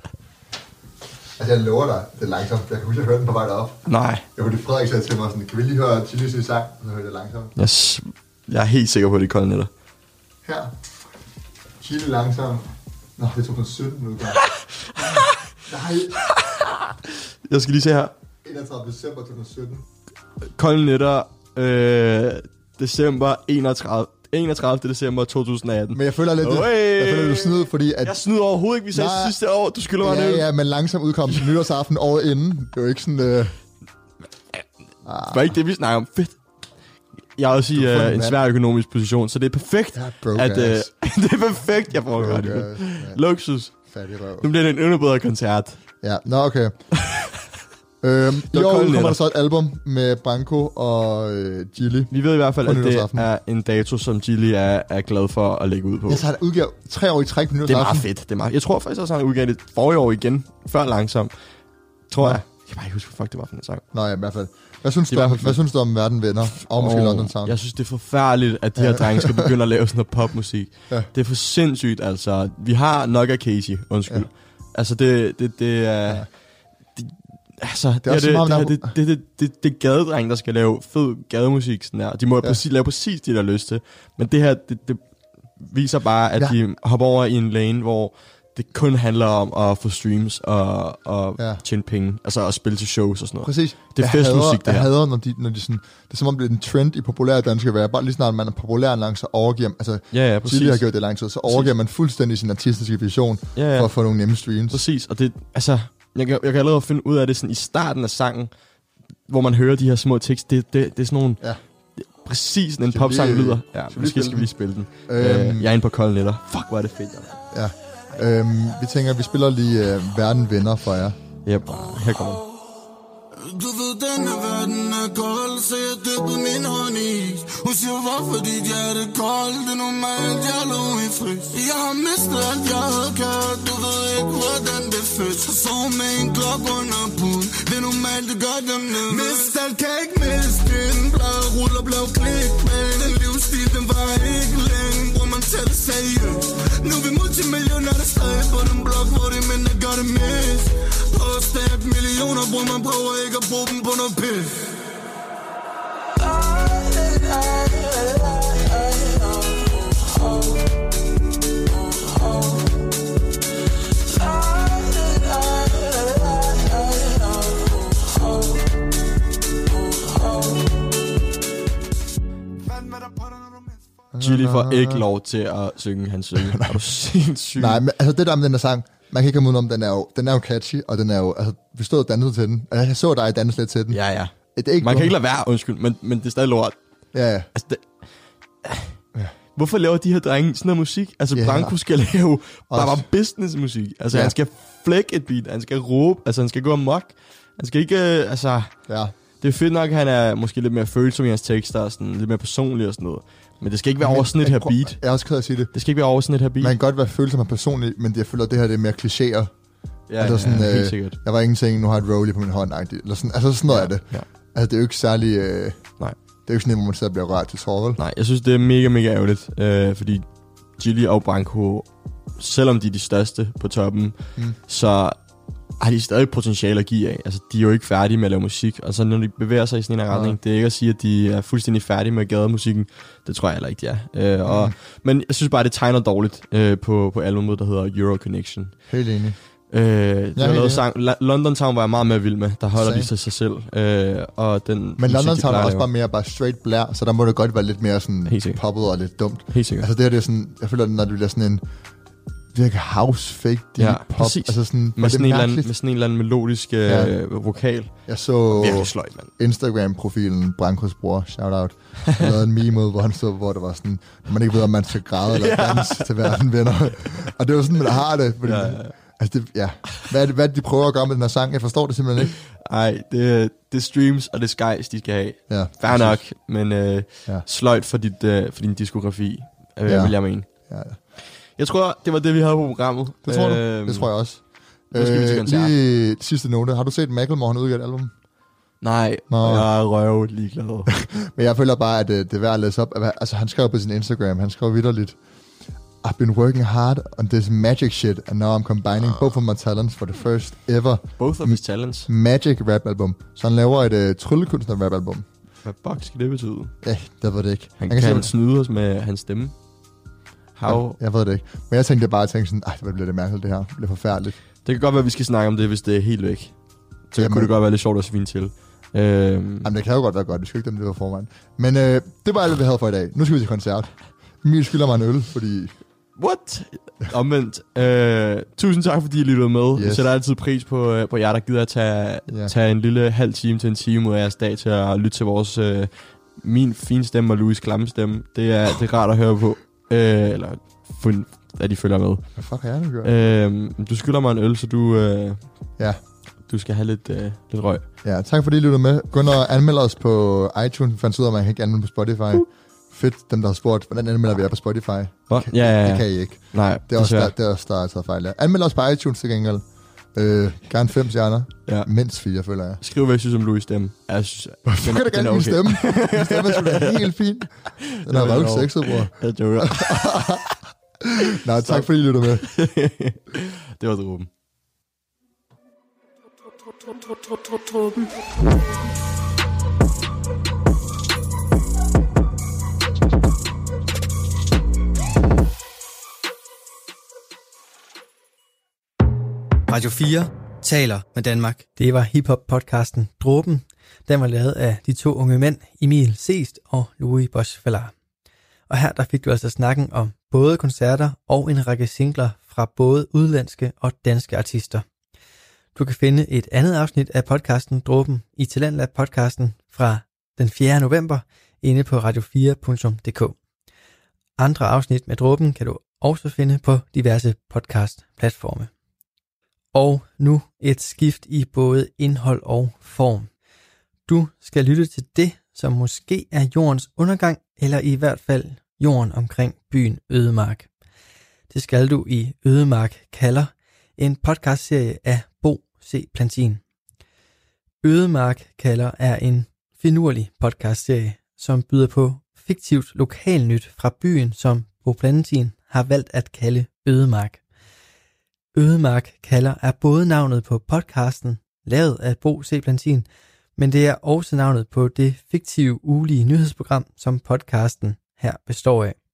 Altså, jeg lover dig, det er langsomt. Jeg kan huske, at høre den på vej derop. Nej. Jeg hørte Frederik sagde til mig sådan, kan vi lige høre Chili's sang? Så hørte det langsomt. Jeg er helt sikker på, at det er Kolde Nætter. Her. Chili langsomt. Nå, det er 2017 nu. Nej. Jeg skal lige se her. 31. december 2017. Kolde Nætter, december 31. december 2018. Men jeg føler lidt, du snyder, fordi at... Jeg snyder overhovedet ikke, vi sagde sidste år, du skylder mig ned. Ja, men langsomt udkom til nytårsaften året inden. Det var ikke sådan... Var ikke det, vi snakker om? Fedt. Jeg er også i en svær økonomisk position, så det er perfekt, at... det er perfekt, jeg prøver at gøre det. Luksus. Nu bliver det en endnu bedre koncert. Ja, nå okay. I år kommer der så et album med Branko og Gilly. Vi ved i hvert fald, at det er en dato, som Gilly er glad for at lægge ud på. Ja, så han udgiver 3 år i træk på nytårsaften. Det er meget fedt. Jeg tror faktisk også, at han udgav det forrige år igen, før langsomt. Tror jeg. Jeg kan bare ikke huske, hvad fuck det var for en sang. Nå ja, i hvert fald. Hvad synes du om Verden Venner og måske London Town? Jeg synes, det er forfærdeligt, at de her drenge skal begynde at lave sådan noget popmusik. Ja. Det er for sindssygt, altså. Vi har nok af Casey, undskyld. Ja. Altså, det er... Ja. Altså, det er gadedreng, der skal lave fed gademusik sådan der. De må lave præcis det, der har lyst til. Men det her, det viser bare, at de hopper over i en lane, hvor det kun handler om at få streams og tjene penge. Altså at spille til shows og sådan noget. Præcis. Det er festmusik, det her. Jeg hader, når de sådan... Det er som om, det er en trend i populære danske være. Bare lige snart man er populær langt, så overgiver man... Altså, tidligere har gjort det lang tid, så overgiver man fuldstændig sin artistiske vision for at få nogle nemme streams. Præcis, og det... Altså... Jeg kan allerede finde ud af det sådan i starten af sangen, hvor man hører de her små tekst. Det er sådan nogle... Ja. Præcis en popsang lyder. Ja, måske skal vi lige spille den. Jeg er inde på Kolde Nætter. Fuck, hvor er det fedt. Ja. Vi tænker, at vi spiller lige Verden Venner for jer. Yep, her kommer den. Du ved, denne verden er kold, så jeg dyppede min hånd i is. Hun siger, hvorfor dit hjerte er koldt? Det er normalt, jeg lå i frys. Jeg har mistet alt, jeg havde kørt. Du ved ikke, hvordan det føles. Jeg sov med en klok under puden. Det er normalt, det gør dem ned. Mist alt, kan ikke miste den. Bladet ruller, blev klik med. Den livsstil, den var ikke længe. Hvor man tæller seriøst. Nu er vi multimillioner, der stadig på den blok, hvor de mænd, der gør det mest. Påstat millioner, hvor man prøver ikke at bruge dem på noget pis. Gilly får ikke lov til at synge hans synge. Er du sindssygt? Nej, men altså det der med den der sang, man kan ikke komme ud om, den er jo catchy, og den er jo, altså, vi stod og dansede til den. Altså, jeg så dig danse lidt til den. Ja. Det er ikke man kan ikke lade være, undskyld, men det er stadig lort. Ja. Altså, hvorfor laver de her drenge sådan noget musik? Altså, Branko skal lave bare business-musik. Altså, han skal flække et beat, han skal råbe, altså, han skal gå amok. Han skal ikke, altså... Ja. Det er fedt nok, at han er måske lidt mere følsom i hans tekster, og sådan, lidt mere personlig og sådan noget. Men det skal ikke være over sådan et her beat. Jeg er også ked af at sige det. Det skal ikke være over sådan et her beat. Man kan godt være følsom og personlig, men jeg føler, at det her det er mere klichéer. Ja, altså sådan, helt sikkert. Jeg var ingenting, nu har jeg et rollie på min hånd. Eller sådan, altså sådan noget af det. Ja. Altså det er jo ikke særlig... Nej. Det er jo ikke sådan, at man sidder og bliver rørt til tårer. Nej, jeg synes, det er mega, mega ærgerligt. Fordi Gilly og Branko, selvom de er de største på toppen, så har de stadig potentiale at give af. Altså, de er jo ikke færdige med at lave musik. Og så når de bevæger sig i sådan en retning, det er ikke at sige, at de er fuldstændig færdige med gademusikken. Det tror jeg heller ikke, de er. Men jeg synes bare, det tegner dårligt på albumet, der hedder Euro Connection. Helt enig. De har lavet sang. London Town var jeg meget mere vild med. Der holder de sig selv. Og den men London Town er også bare straight blær, så der må det godt være lidt mere sådan poppet og lidt dumt. Helt sikkert. Altså det her, det er sådan, jeg føler, når det bliver sådan en virker house fake deep pop. Præcis. Altså sådan, med sådan en eller anden melodisk vokal. Jeg så virkelig sløjt, mand. Instagram-profilen Brankos bror, shout out. Han lavede en meme ud, hvor han stod, hvor det var sådan, man ikke ved, om man skal græde eller danse til verden venner. Og det var sådan, man har det. Fordi, altså det, Hvad er det, de prøver at gøre med den her sang? Jeg forstår det simpelthen ikke. Nej, det streams og det skies, de skal have. Ja, fair nok, men sløjt for din diskografi, vil jeg mene. Ja. Jeg tror, det var det, vi havde på programmet. Det tror du? Det tror jeg også. Lige sidste note. Har du set Macklemore, han udgivet et album? Nej, jeg er røv ligeglad. Men jeg føler bare, at det er værd at læse op. Altså, han skrev på sin Instagram, han skrev vitterligt, I've been working hard on this magic shit, and now I'm combining both of my talents for the first ever both of his talents magic rap album. Så han laver et tryllekunstner rap album. Hvad fuck skal det betyde? Ja, det ved det ikke. Han kan snyde os med hans stemme. Jeg ved det ikke. Men jeg tænkte bare sådan, hvad bliver det mærkeligt det her? Det bliver forfærdeligt. Det kan godt være, at vi skal snakke om det, hvis det er helt væk. Så kunne det godt være lidt sjovt at svine til. Jamen, det kan jo godt være godt. Vi skal ikke dem, det var formand. Men det var alt, vi havde for i dag. Nu skal vi til koncert. Emil skylder mig en øl, fordi... What? Omvendt. Tusind tak, fordi I lyttede med. Yes. Jeg sætter altid pris på jer, der gider at tage en lille halv time til en time ud af jeres dag til at lytte til vores... min fine stemme og Louis' klamme stemme. Det er rart at høre på. Eller at de følger med. Hvad fuck har jeg nu gjort? Du skylder mig en øl, så du skal have lidt røg. Ja, tak fordi I lyttede med. Gå ind og anmeld os på iTunes. Fandt ud af, at man kan ikke anmelde på Spotify. Fedt, dem der har spurgt, hvordan anmelder vi jer på Spotify? Det kan I ikke. Nej, det er også der er taget fejl. Anmeld os på iTunes til gengæld. Gerne 5 stjerner. Ja. Mindst 4, føler jeg. Skriv, hvad I synes om Louis' stemme. Hvorfor kan det gerne min stemme? Min stemme er helt fin. Den har været sexet, bror. Jeg joker. Nej, tak fordi I lytter med. Det var Dråben. Radio 4 taler med Danmark. Det var hiphop-podcasten Dråben. Den var lavet af de 2 unge mænd, Emil Seest og Louis Bosch-Fallar. Og her der fik du altså snakken om både koncerter og en række singler fra både udlandske og danske artister. Du kan finde et andet afsnit af podcasten Dråben i Talentlab-podcasten fra den 4. november inde på radio4.dk. Andre afsnit med Dråben kan du også finde på diverse podcast-platforme. Og nu et skift i både indhold og form. Du skal lytte til det, som måske er jordens undergang, eller i hvert fald jorden omkring byen Ødemark. Det skal du i Ødemark kalder, en podcastserie af Bo C. Plantin. Ødemark kalder er en finurlig podcastserie, som byder på fiktivt lokalnyt fra byen, som Bo Plantin har valgt at kalde Ødemark. Ødemark kalder er både navnet på podcasten, lavet af Bo C. Plantin, men det er også navnet på det fiktive ugelige nyhedsprogram, som podcasten her består af.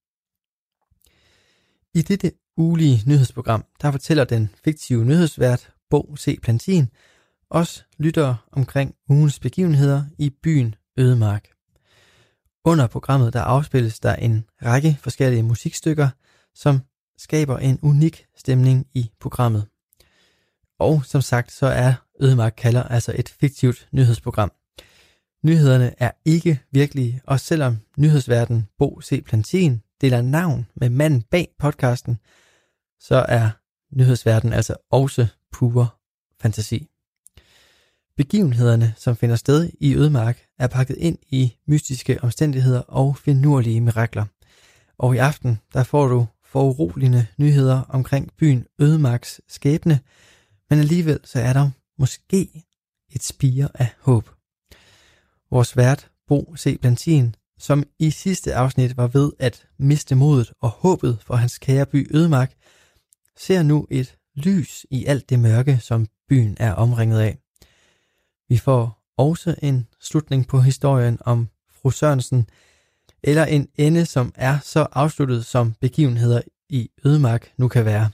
I dette ugelige nyhedsprogram, der fortæller den fiktive nyhedsvært Bo C. Plantin os lyttere omkring ugens begivenheder i byen Ødemark. Under programmet der afspilles der en række forskellige musikstykker, som skaber en unik stemning i programmet. Og som sagt, så er Ødemark kalder altså et fiktivt nyhedsprogram. Nyhederne er ikke virkelige, og selvom nyhedsværten Bo C. Plantin deler navn med manden bag podcasten, så er nyhedsverdenen altså også pure fantasi. Begivenhederne, som finder sted i ødemark, er pakket ind i mystiske omstændigheder og finurlige mirakler. Og i aften, der får du foruroligende nyheder omkring byen Ødemarks skæbne, men alligevel så er der måske et spire af håb. Vores vært, Bo C. Plantin, som i sidste afsnit var ved at miste modet og håbet for hans kære by Ødemark, ser nu et lys i alt det mørke, som byen er omringet af. Vi får også en slutning på historien om fru Sørensen, eller en ende, som er så afsluttet, som begivenheder i Ødemark nu kan være.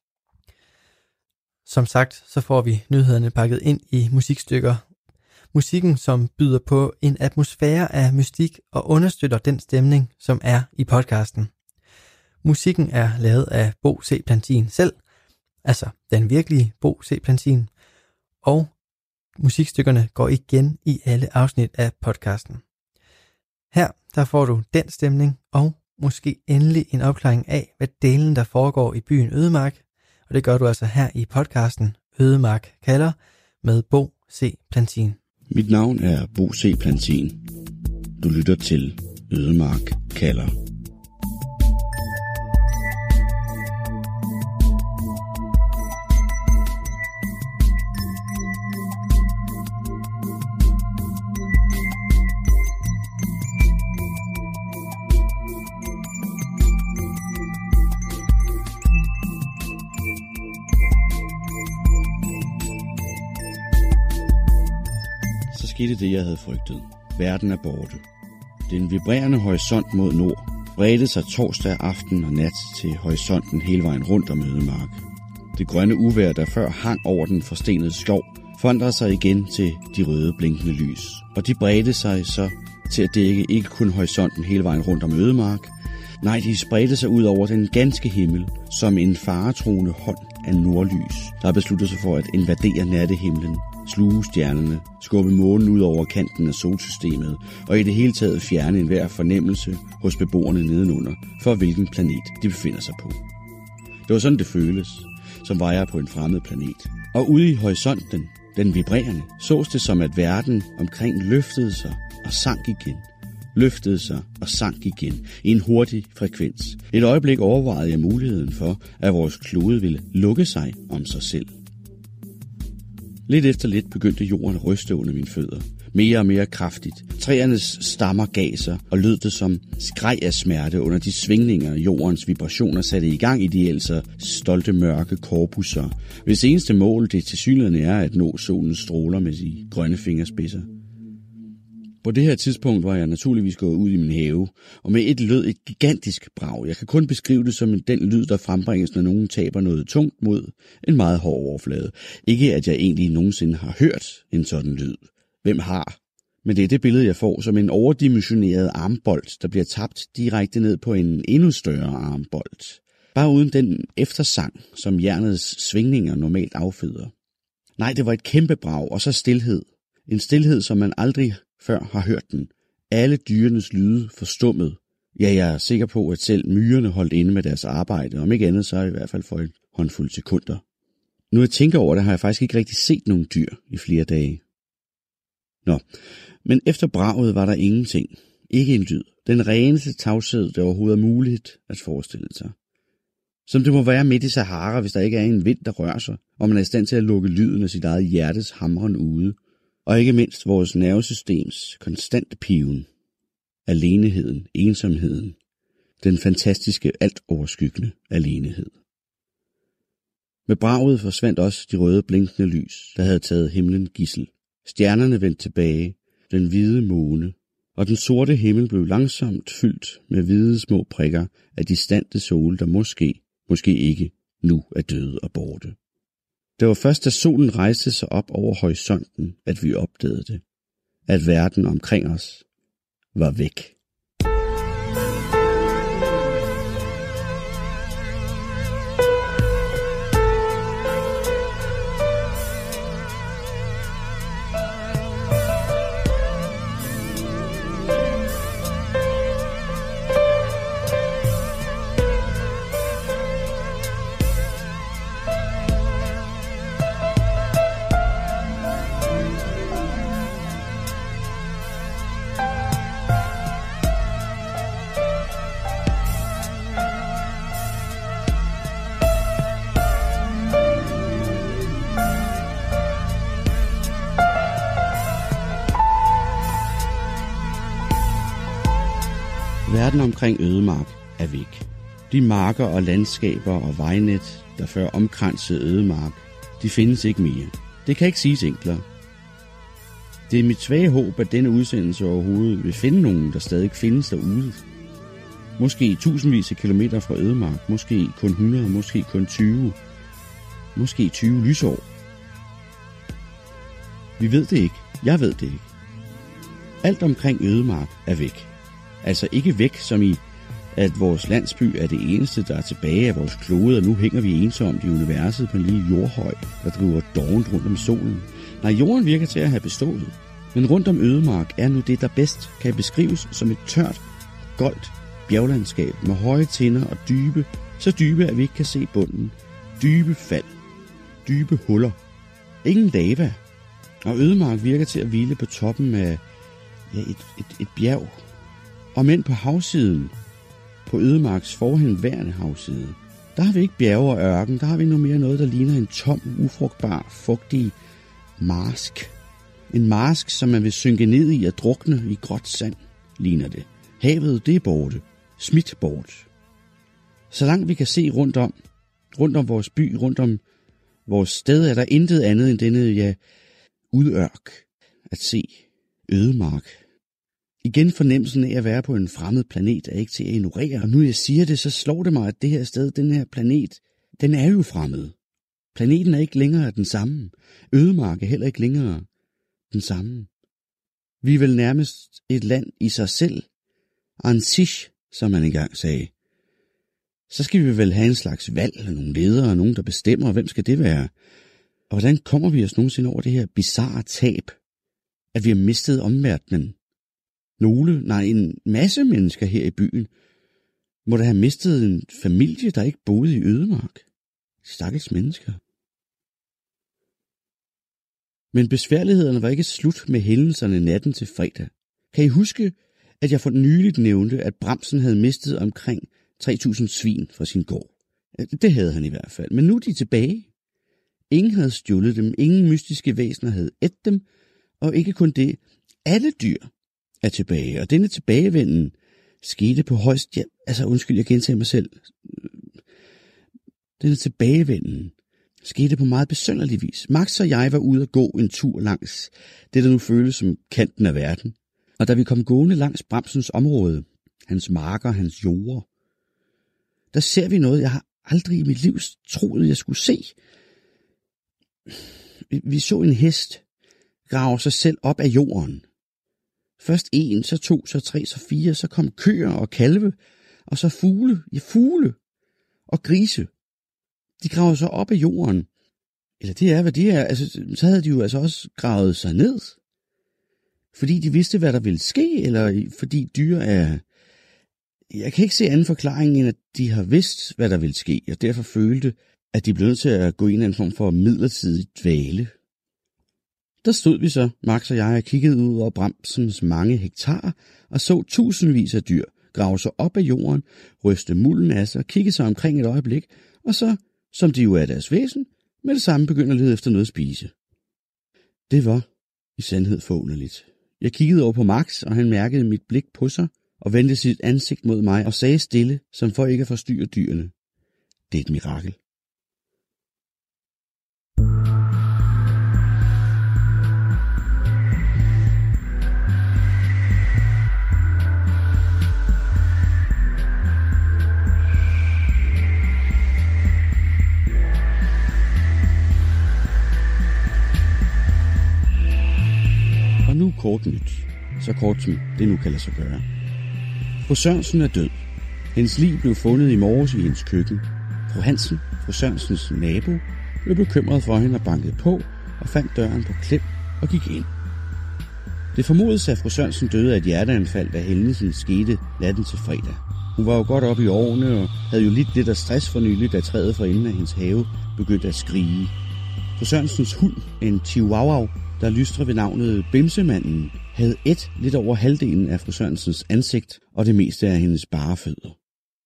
Som sagt, så får vi nyhederne pakket ind i musikstykker. Musikken, som byder på en atmosfære af mystik og understøtter den stemning, som er i podcasten. Musikken er lavet af Bo C. Plantin selv, altså den virkelige Bo C. Plantin, og musikstykkerne går igen i alle afsnit af podcasten. Her der får du den stemning og måske endelig en opklaring af, hvad delen der foregår i byen Ødemark, og det gør du altså her i podcasten Ødemark kalder med Bo C. Plantin. Mit navn er Bo C. Plantin. Du lytter til Ødemark kalder. Skete det, jeg havde frygtet. Verden er borte. Den vibrerende horisont mod nord bredte sig torsdag aften og nat til horisonten hele vejen rundt om Ødemark. Det grønne uvejr, der før hang over den forstenede skov, forandrede sig igen til de røde blinkende lys. Og de bredte sig så til at dække ikke kun horisonten hele vejen rundt om Ødemark. Nej, de spredte sig ud over den ganske himmel som en faretruende hånd af nordlys, der besluttede sig for at invadere nattehimlen, sluge stjernerne, skubbe månen ud over kanten af solsystemet og i det hele taget fjerne enhver fornemmelse hos beboerne nedenunder for hvilken planet de befinder sig på. Det var sådan det føles, som var jeg på en fremmed planet. Og ude i horisonten, den vibrerende, sås det som at verden omkring løftede sig og sank igen. Løftede sig og sank igen i en hurtig frekvens. Et øjeblik overvejede jeg muligheden for, at vores klode ville lukke sig om sig selv. Lidt efter lidt begyndte jorden at ryste under mine fødder. Mere og mere kraftigt. Træernes stammer gav sig og lød det som skreg af smerte under de svingninger, jordens vibrationer satte i gang i de ellers stolte mørke korpusser, hvis eneste mål det tilsyneladende er at nå solens stråler med de grønne fingerspidser. På det her tidspunkt var jeg naturligvis gået ud i min have, og med et lød et gigantisk brag. Jeg kan kun beskrive det som den lyd, der frembringes, når nogen taber noget tungt mod en meget hård overflade. Ikke at jeg egentlig nogensinde har hørt en sådan lyd. Hvem har? Men det er det billede, jeg får som en overdimensioneret armbold, der bliver tabt direkte ned på en endnu større armbold. Bare uden den eftersang, som jernets svingninger normalt afføder. Nej, det var et kæmpe brag, og så stilhed. En stilhed, som man aldrig før har hørt den. Alle dyrenes lyde forstummet. Ja, jeg er sikker på, at selv myrerne holdt inde med deres arbejde, om ikke andet så i hvert fald for en håndfuld sekunder. Nu jeg tænker over det, har jeg faktisk ikke rigtig set nogen dyr i flere dage. Nå, men efter braget var der ingenting. Ikke en lyd. Den reneste tavshed, der overhovedet er muligt at forestille sig. Som det må være midt i Sahara, hvis der ikke er en vind, der rører sig, og man er i stand til at lukke lyden af sit eget hjertes hamren ude. Og ikke mindst vores nervesystems konstante piven. Aleneheden, ensomheden. Den fantastiske, alt overskyggende alenehed. Med braget forsvandt også de røde blinkende lys, der havde taget himlen gidsel. Stjernerne vendte tilbage, den hvide måne, og den sorte himmel blev langsomt fyldt med hvide små prikker af distante sole, der måske ikke, nu er døde og borte. Det var først, da solen rejste sig op over horisonten, at vi opdagede det. At verden omkring os var væk. Verden omkring ødemark er væk. De marker og landskaber og vejnet, der før omkransede ødemark, de findes ikke mere. Det kan ikke siges enklere. Det er mit svage håb, at denne udsendelse overhovedet vil finde nogen, der stadig findes derude. Måske tusindvis af kilometer fra ødemark, måske kun 100, måske kun 20, måske 20 lysår. Vi ved det ikke. Jeg ved det ikke. Alt omkring ødemark er væk. Altså ikke væk som i, at vores landsby er det eneste, der er tilbage af vores klode, og nu hænger vi ensomt i universet på en lille jordhøj, der driver dovent rundt om solen. Nej, jorden virker til at have bestået. Men rundt om ødemark er nu det, der bedst kan beskrives som et tørt, goldt bjerglandskab med høje tinder og dybe, så dybe, at vi ikke kan se bunden. Dybe fald. Dybe huller. Ingen lava. Og ødemark virker til at hvile på toppen af et bjerg. Og men på havsiden, på ødemarks forhenværende havside, der har vi ikke bjerge og ørken, der har vi nu mere noget, der ligner en tom, ufrugtbar, fugtig marsk. En marsk, som man vil synke ned i og drukne i gråt sand, ligner det. Havet, det er borte. Smidt bort. Så langt vi kan se rundt om vores by, rundt om vores sted, er der intet andet end denne, udørk at se. Ødemark. Igen fornemmelsen af at være på en fremmed planet er ikke til at ignorere. Og nu jeg siger det, så slår det mig, at det her sted, den her planet, den er jo fremmed. Planeten er ikke længere den samme. Ødemark er heller ikke længere den samme. Vi er vel nærmest et land i sig selv. An sich, som man engang sagde. Så skal vi vel have en slags valg, eller nogle ledere, og nogen, der bestemmer, hvem skal det være? Og hvordan kommer vi os nogensinde over det her bizarre tab, at vi har mistet omverdenen? En masse mennesker her i byen må da have mistet en familie, der ikke boede i ødemark. Stakkels mennesker. Men besværlighederne var ikke slut med hændelserne natten til fredag. Kan I huske, at jeg for nyligt nævnte, at Bramsen havde mistet omkring 3.000 svin fra sin gård? Det havde han i hvert fald. Men nu er de tilbage. Ingen havde stjålet dem, ingen mystiske væsener havde ædt dem, og ikke kun det, alle dyr er tilbage. Og denne tilbagevenden skete på højst... jeg gentager mig selv. Denne tilbagevenden skete på meget besynderlig vis. Max og jeg var ude at gå en tur langs det, der nu føles som kanten af verden. Og da vi kom gående langs Bramsens område, hans marker, hans jorder, der ser vi noget, jeg har aldrig i mit liv troet, jeg skulle se. Vi så en hest grave sig selv op af jorden. Først 1, så 2, så 3, så 4, så kom køer og kalve, og så fugle og grise. De graver sig op af jorden. Eller det er, hvad det er. Altså, så havde de jo altså også gravet sig ned. Fordi de vidste, hvad der ville ske, eller fordi dyr er... Jeg kan ikke se anden forklaring, end at de har vidst, hvad der ville ske, og derfor følte, at de blev nødt til at gå i en anden form for midlertidig dvale. Der stod vi så, Max og jeg, og kiggede ud over Bramsens mange hektarer, og så tusindvis af dyr grave sig op af jorden, ryste mulden af sig, kigge sig omkring et øjeblik, og så, som de jo er deres væsen, med det samme begyndte at lede efter noget at spise. Det var i sandhed forunderligt. Jeg kiggede over på Max, og han mærkede mit blik på sig, og vendte sit ansigt mod mig og sagde stille, som for ikke at forstyrre dyrene. Det er et mirakel. Og nu kort nyt. Så kort som det nu kan lade sig gøre. Fru Sørensen er død. Hendes lig blev fundet i morges i hendes køkken. Fru Hansen, fru Sørensens nabo, blev bekymret for hende og bankede på og fandt døren på klem og gik ind. Det formodes, at fru Sørensen døde af et hjerteanfald, da hændelsen skete natten til fredag. Hun var jo godt oppe i årene og havde jo lidt lidt af stress for nylig, da træet fra enden af hendes have begyndte at skrige. Fru Sørensens hund, en chihuahua, der lystrer ved navnet Bimsemanden, havde lidt over halvdelen af fru Sørensens ansigt og det meste af hendes bare fødder.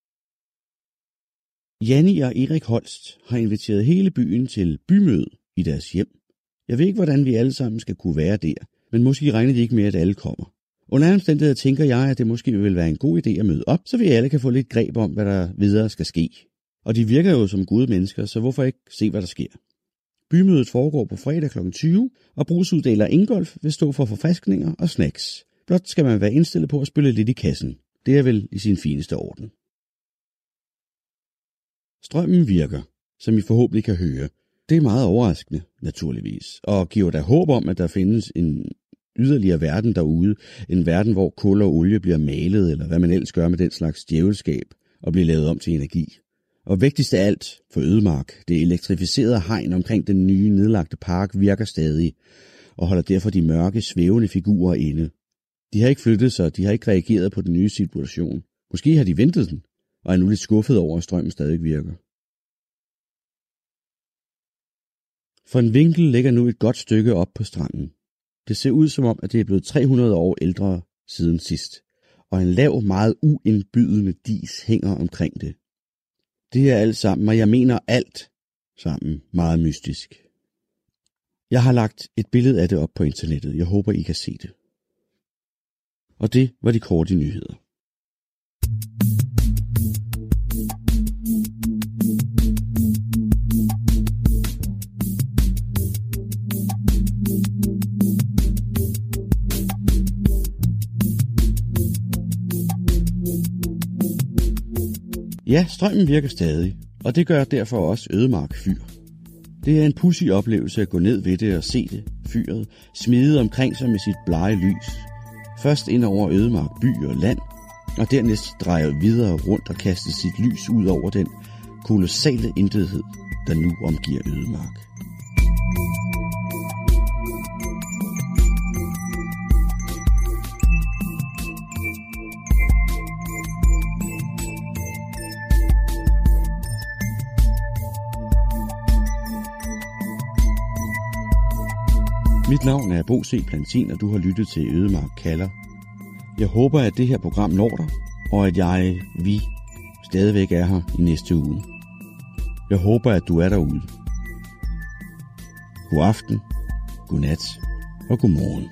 Janni og Erik Holst har inviteret hele byen til bymøde i deres hjem. Jeg ved ikke, hvordan vi alle sammen skal kunne være der, men måske regner de ikke med, at alle kommer. Under alle omstændigheder tænker jeg, at det måske vil være en god idé at møde op, så vi alle kan få lidt greb om, hvad der videre skal ske. Og de virker jo som gode mennesker, så hvorfor ikke se, hvad der sker? Bymødet foregår på fredag kl. 20, og brugsuddeler Ingolf vil stå for forfriskninger og snacks. Blot skal man være indstillet på at spille lidt i kassen. Det er vel i sin fineste orden. Strømmen virker, som I forhåbentlig kan høre. Det er meget overraskende, naturligvis, og giver da håb om, at der findes en yderligere verden derude. En verden, hvor kul og olie bliver malet, eller hvad man ellers gør med den slags djævelskab, og bliver lavet om til energi. Og vigtigst af alt for ødemark, det elektrificerede hegn omkring den nye nedlagte park virker stadig, og holder derfor de mørke, svævende figurer inde. De har ikke flyttet sig, de har ikke reageret på den nye situation. Måske har de ventet den, og er nu lidt skuffet over, at strømmen stadig virker. For en vinkel ligger nu et godt stykke op på stranden. Det ser ud som om, at det er blevet 300 år ældre siden sidst, og en lav, meget uindbydende dis hænger omkring det. Det er alt sammen, og jeg mener alt sammen, meget mystisk. Jeg har lagt et billede af det op på internettet. Jeg håber, I kan se det. Og det var de korte nyheder. Ja, strømmen virker stadig, og det gør derfor også Ødemark Fyr. Det er en pudsig oplevelse at gå ned ved det og se det, fyret, smide omkring sig med sit blege lys. Først ind over Ødemark by og land, og dernæst dreje videre rundt og kaste sit lys ud over den kolossale intethed, der nu omgiver Ødemark. Mit navn er Bo C. Plantin, og du har lyttet til Ødemark kalder. Jeg håber, at det her program når dig, og at vi stadigvæk er her i næste uge. Jeg håber, at du er derude. God aften, god nat og god morgen.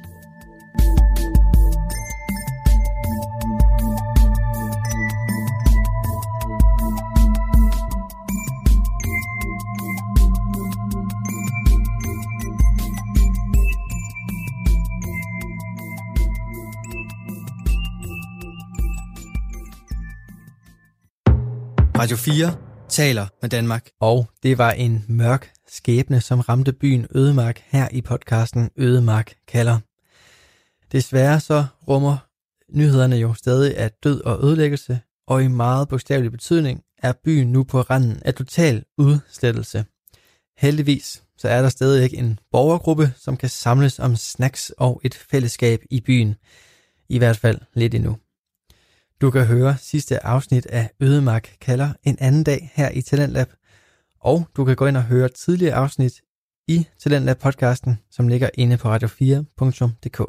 Radio 4 taler med Danmark, og det var en mørk skæbne, som ramte byen Ødemark her i podcasten Ødemark kalder. Desværre så rummer nyhederne jo stadig af død og ødelæggelse, og i meget bogstavelig betydning er byen nu på randen af total udslettelse. Heldigvis så er der stadig en borgergruppe, som kan samles om snacks og et fællesskab i byen. I hvert fald lidt endnu. Du kan høre sidste afsnit af Ødemark kalder en anden dag her i Talentlab, og du kan gå ind og høre tidligere afsnit i Talentlab-podcasten, som ligger inde på radio4.dk.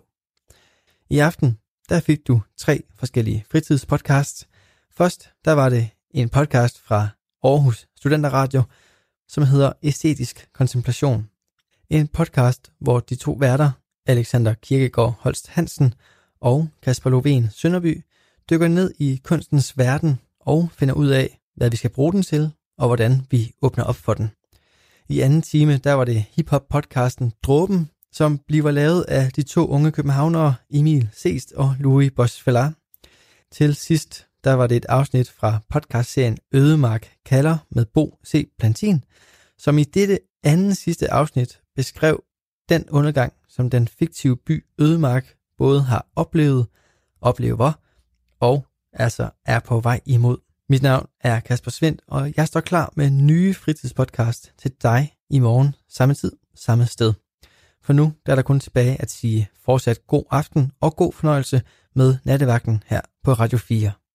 I aften, der fik du 3 forskellige fritidspodcasts. Først, der var det en podcast fra Aarhus Studenterradio, som hedder Æstetisk Kontemplation. En podcast, hvor de 2 værter, Alexander Kirkegaard Holst Hansen og Kasper Lovén Sønderby, dykker ned i kunstens verden og finder ud af, hvad vi skal bruge den til, og hvordan vi åbner op for den. I anden time, der var det hip-hop-podcasten Dråben, som bliver lavet af de 2 unge københavnere, Emil Seest og Louis Bosch-Fellar. Til sidst, der var det et afsnit fra podcastserien Ødemark kalder med Bo C. Plantin, som i dette anden sidste afsnit beskrev den undergang, som den fiktive by Ødemark både har oplever og altså er på vej imod. Mit navn er Kasper Svendt, og jeg står klar med nye fritidspodcast til dig i morgen, samme tid, samme sted. For nu der er der kun tilbage at sige fortsat god aften og god fornøjelse med nattevagten her på Radio 4.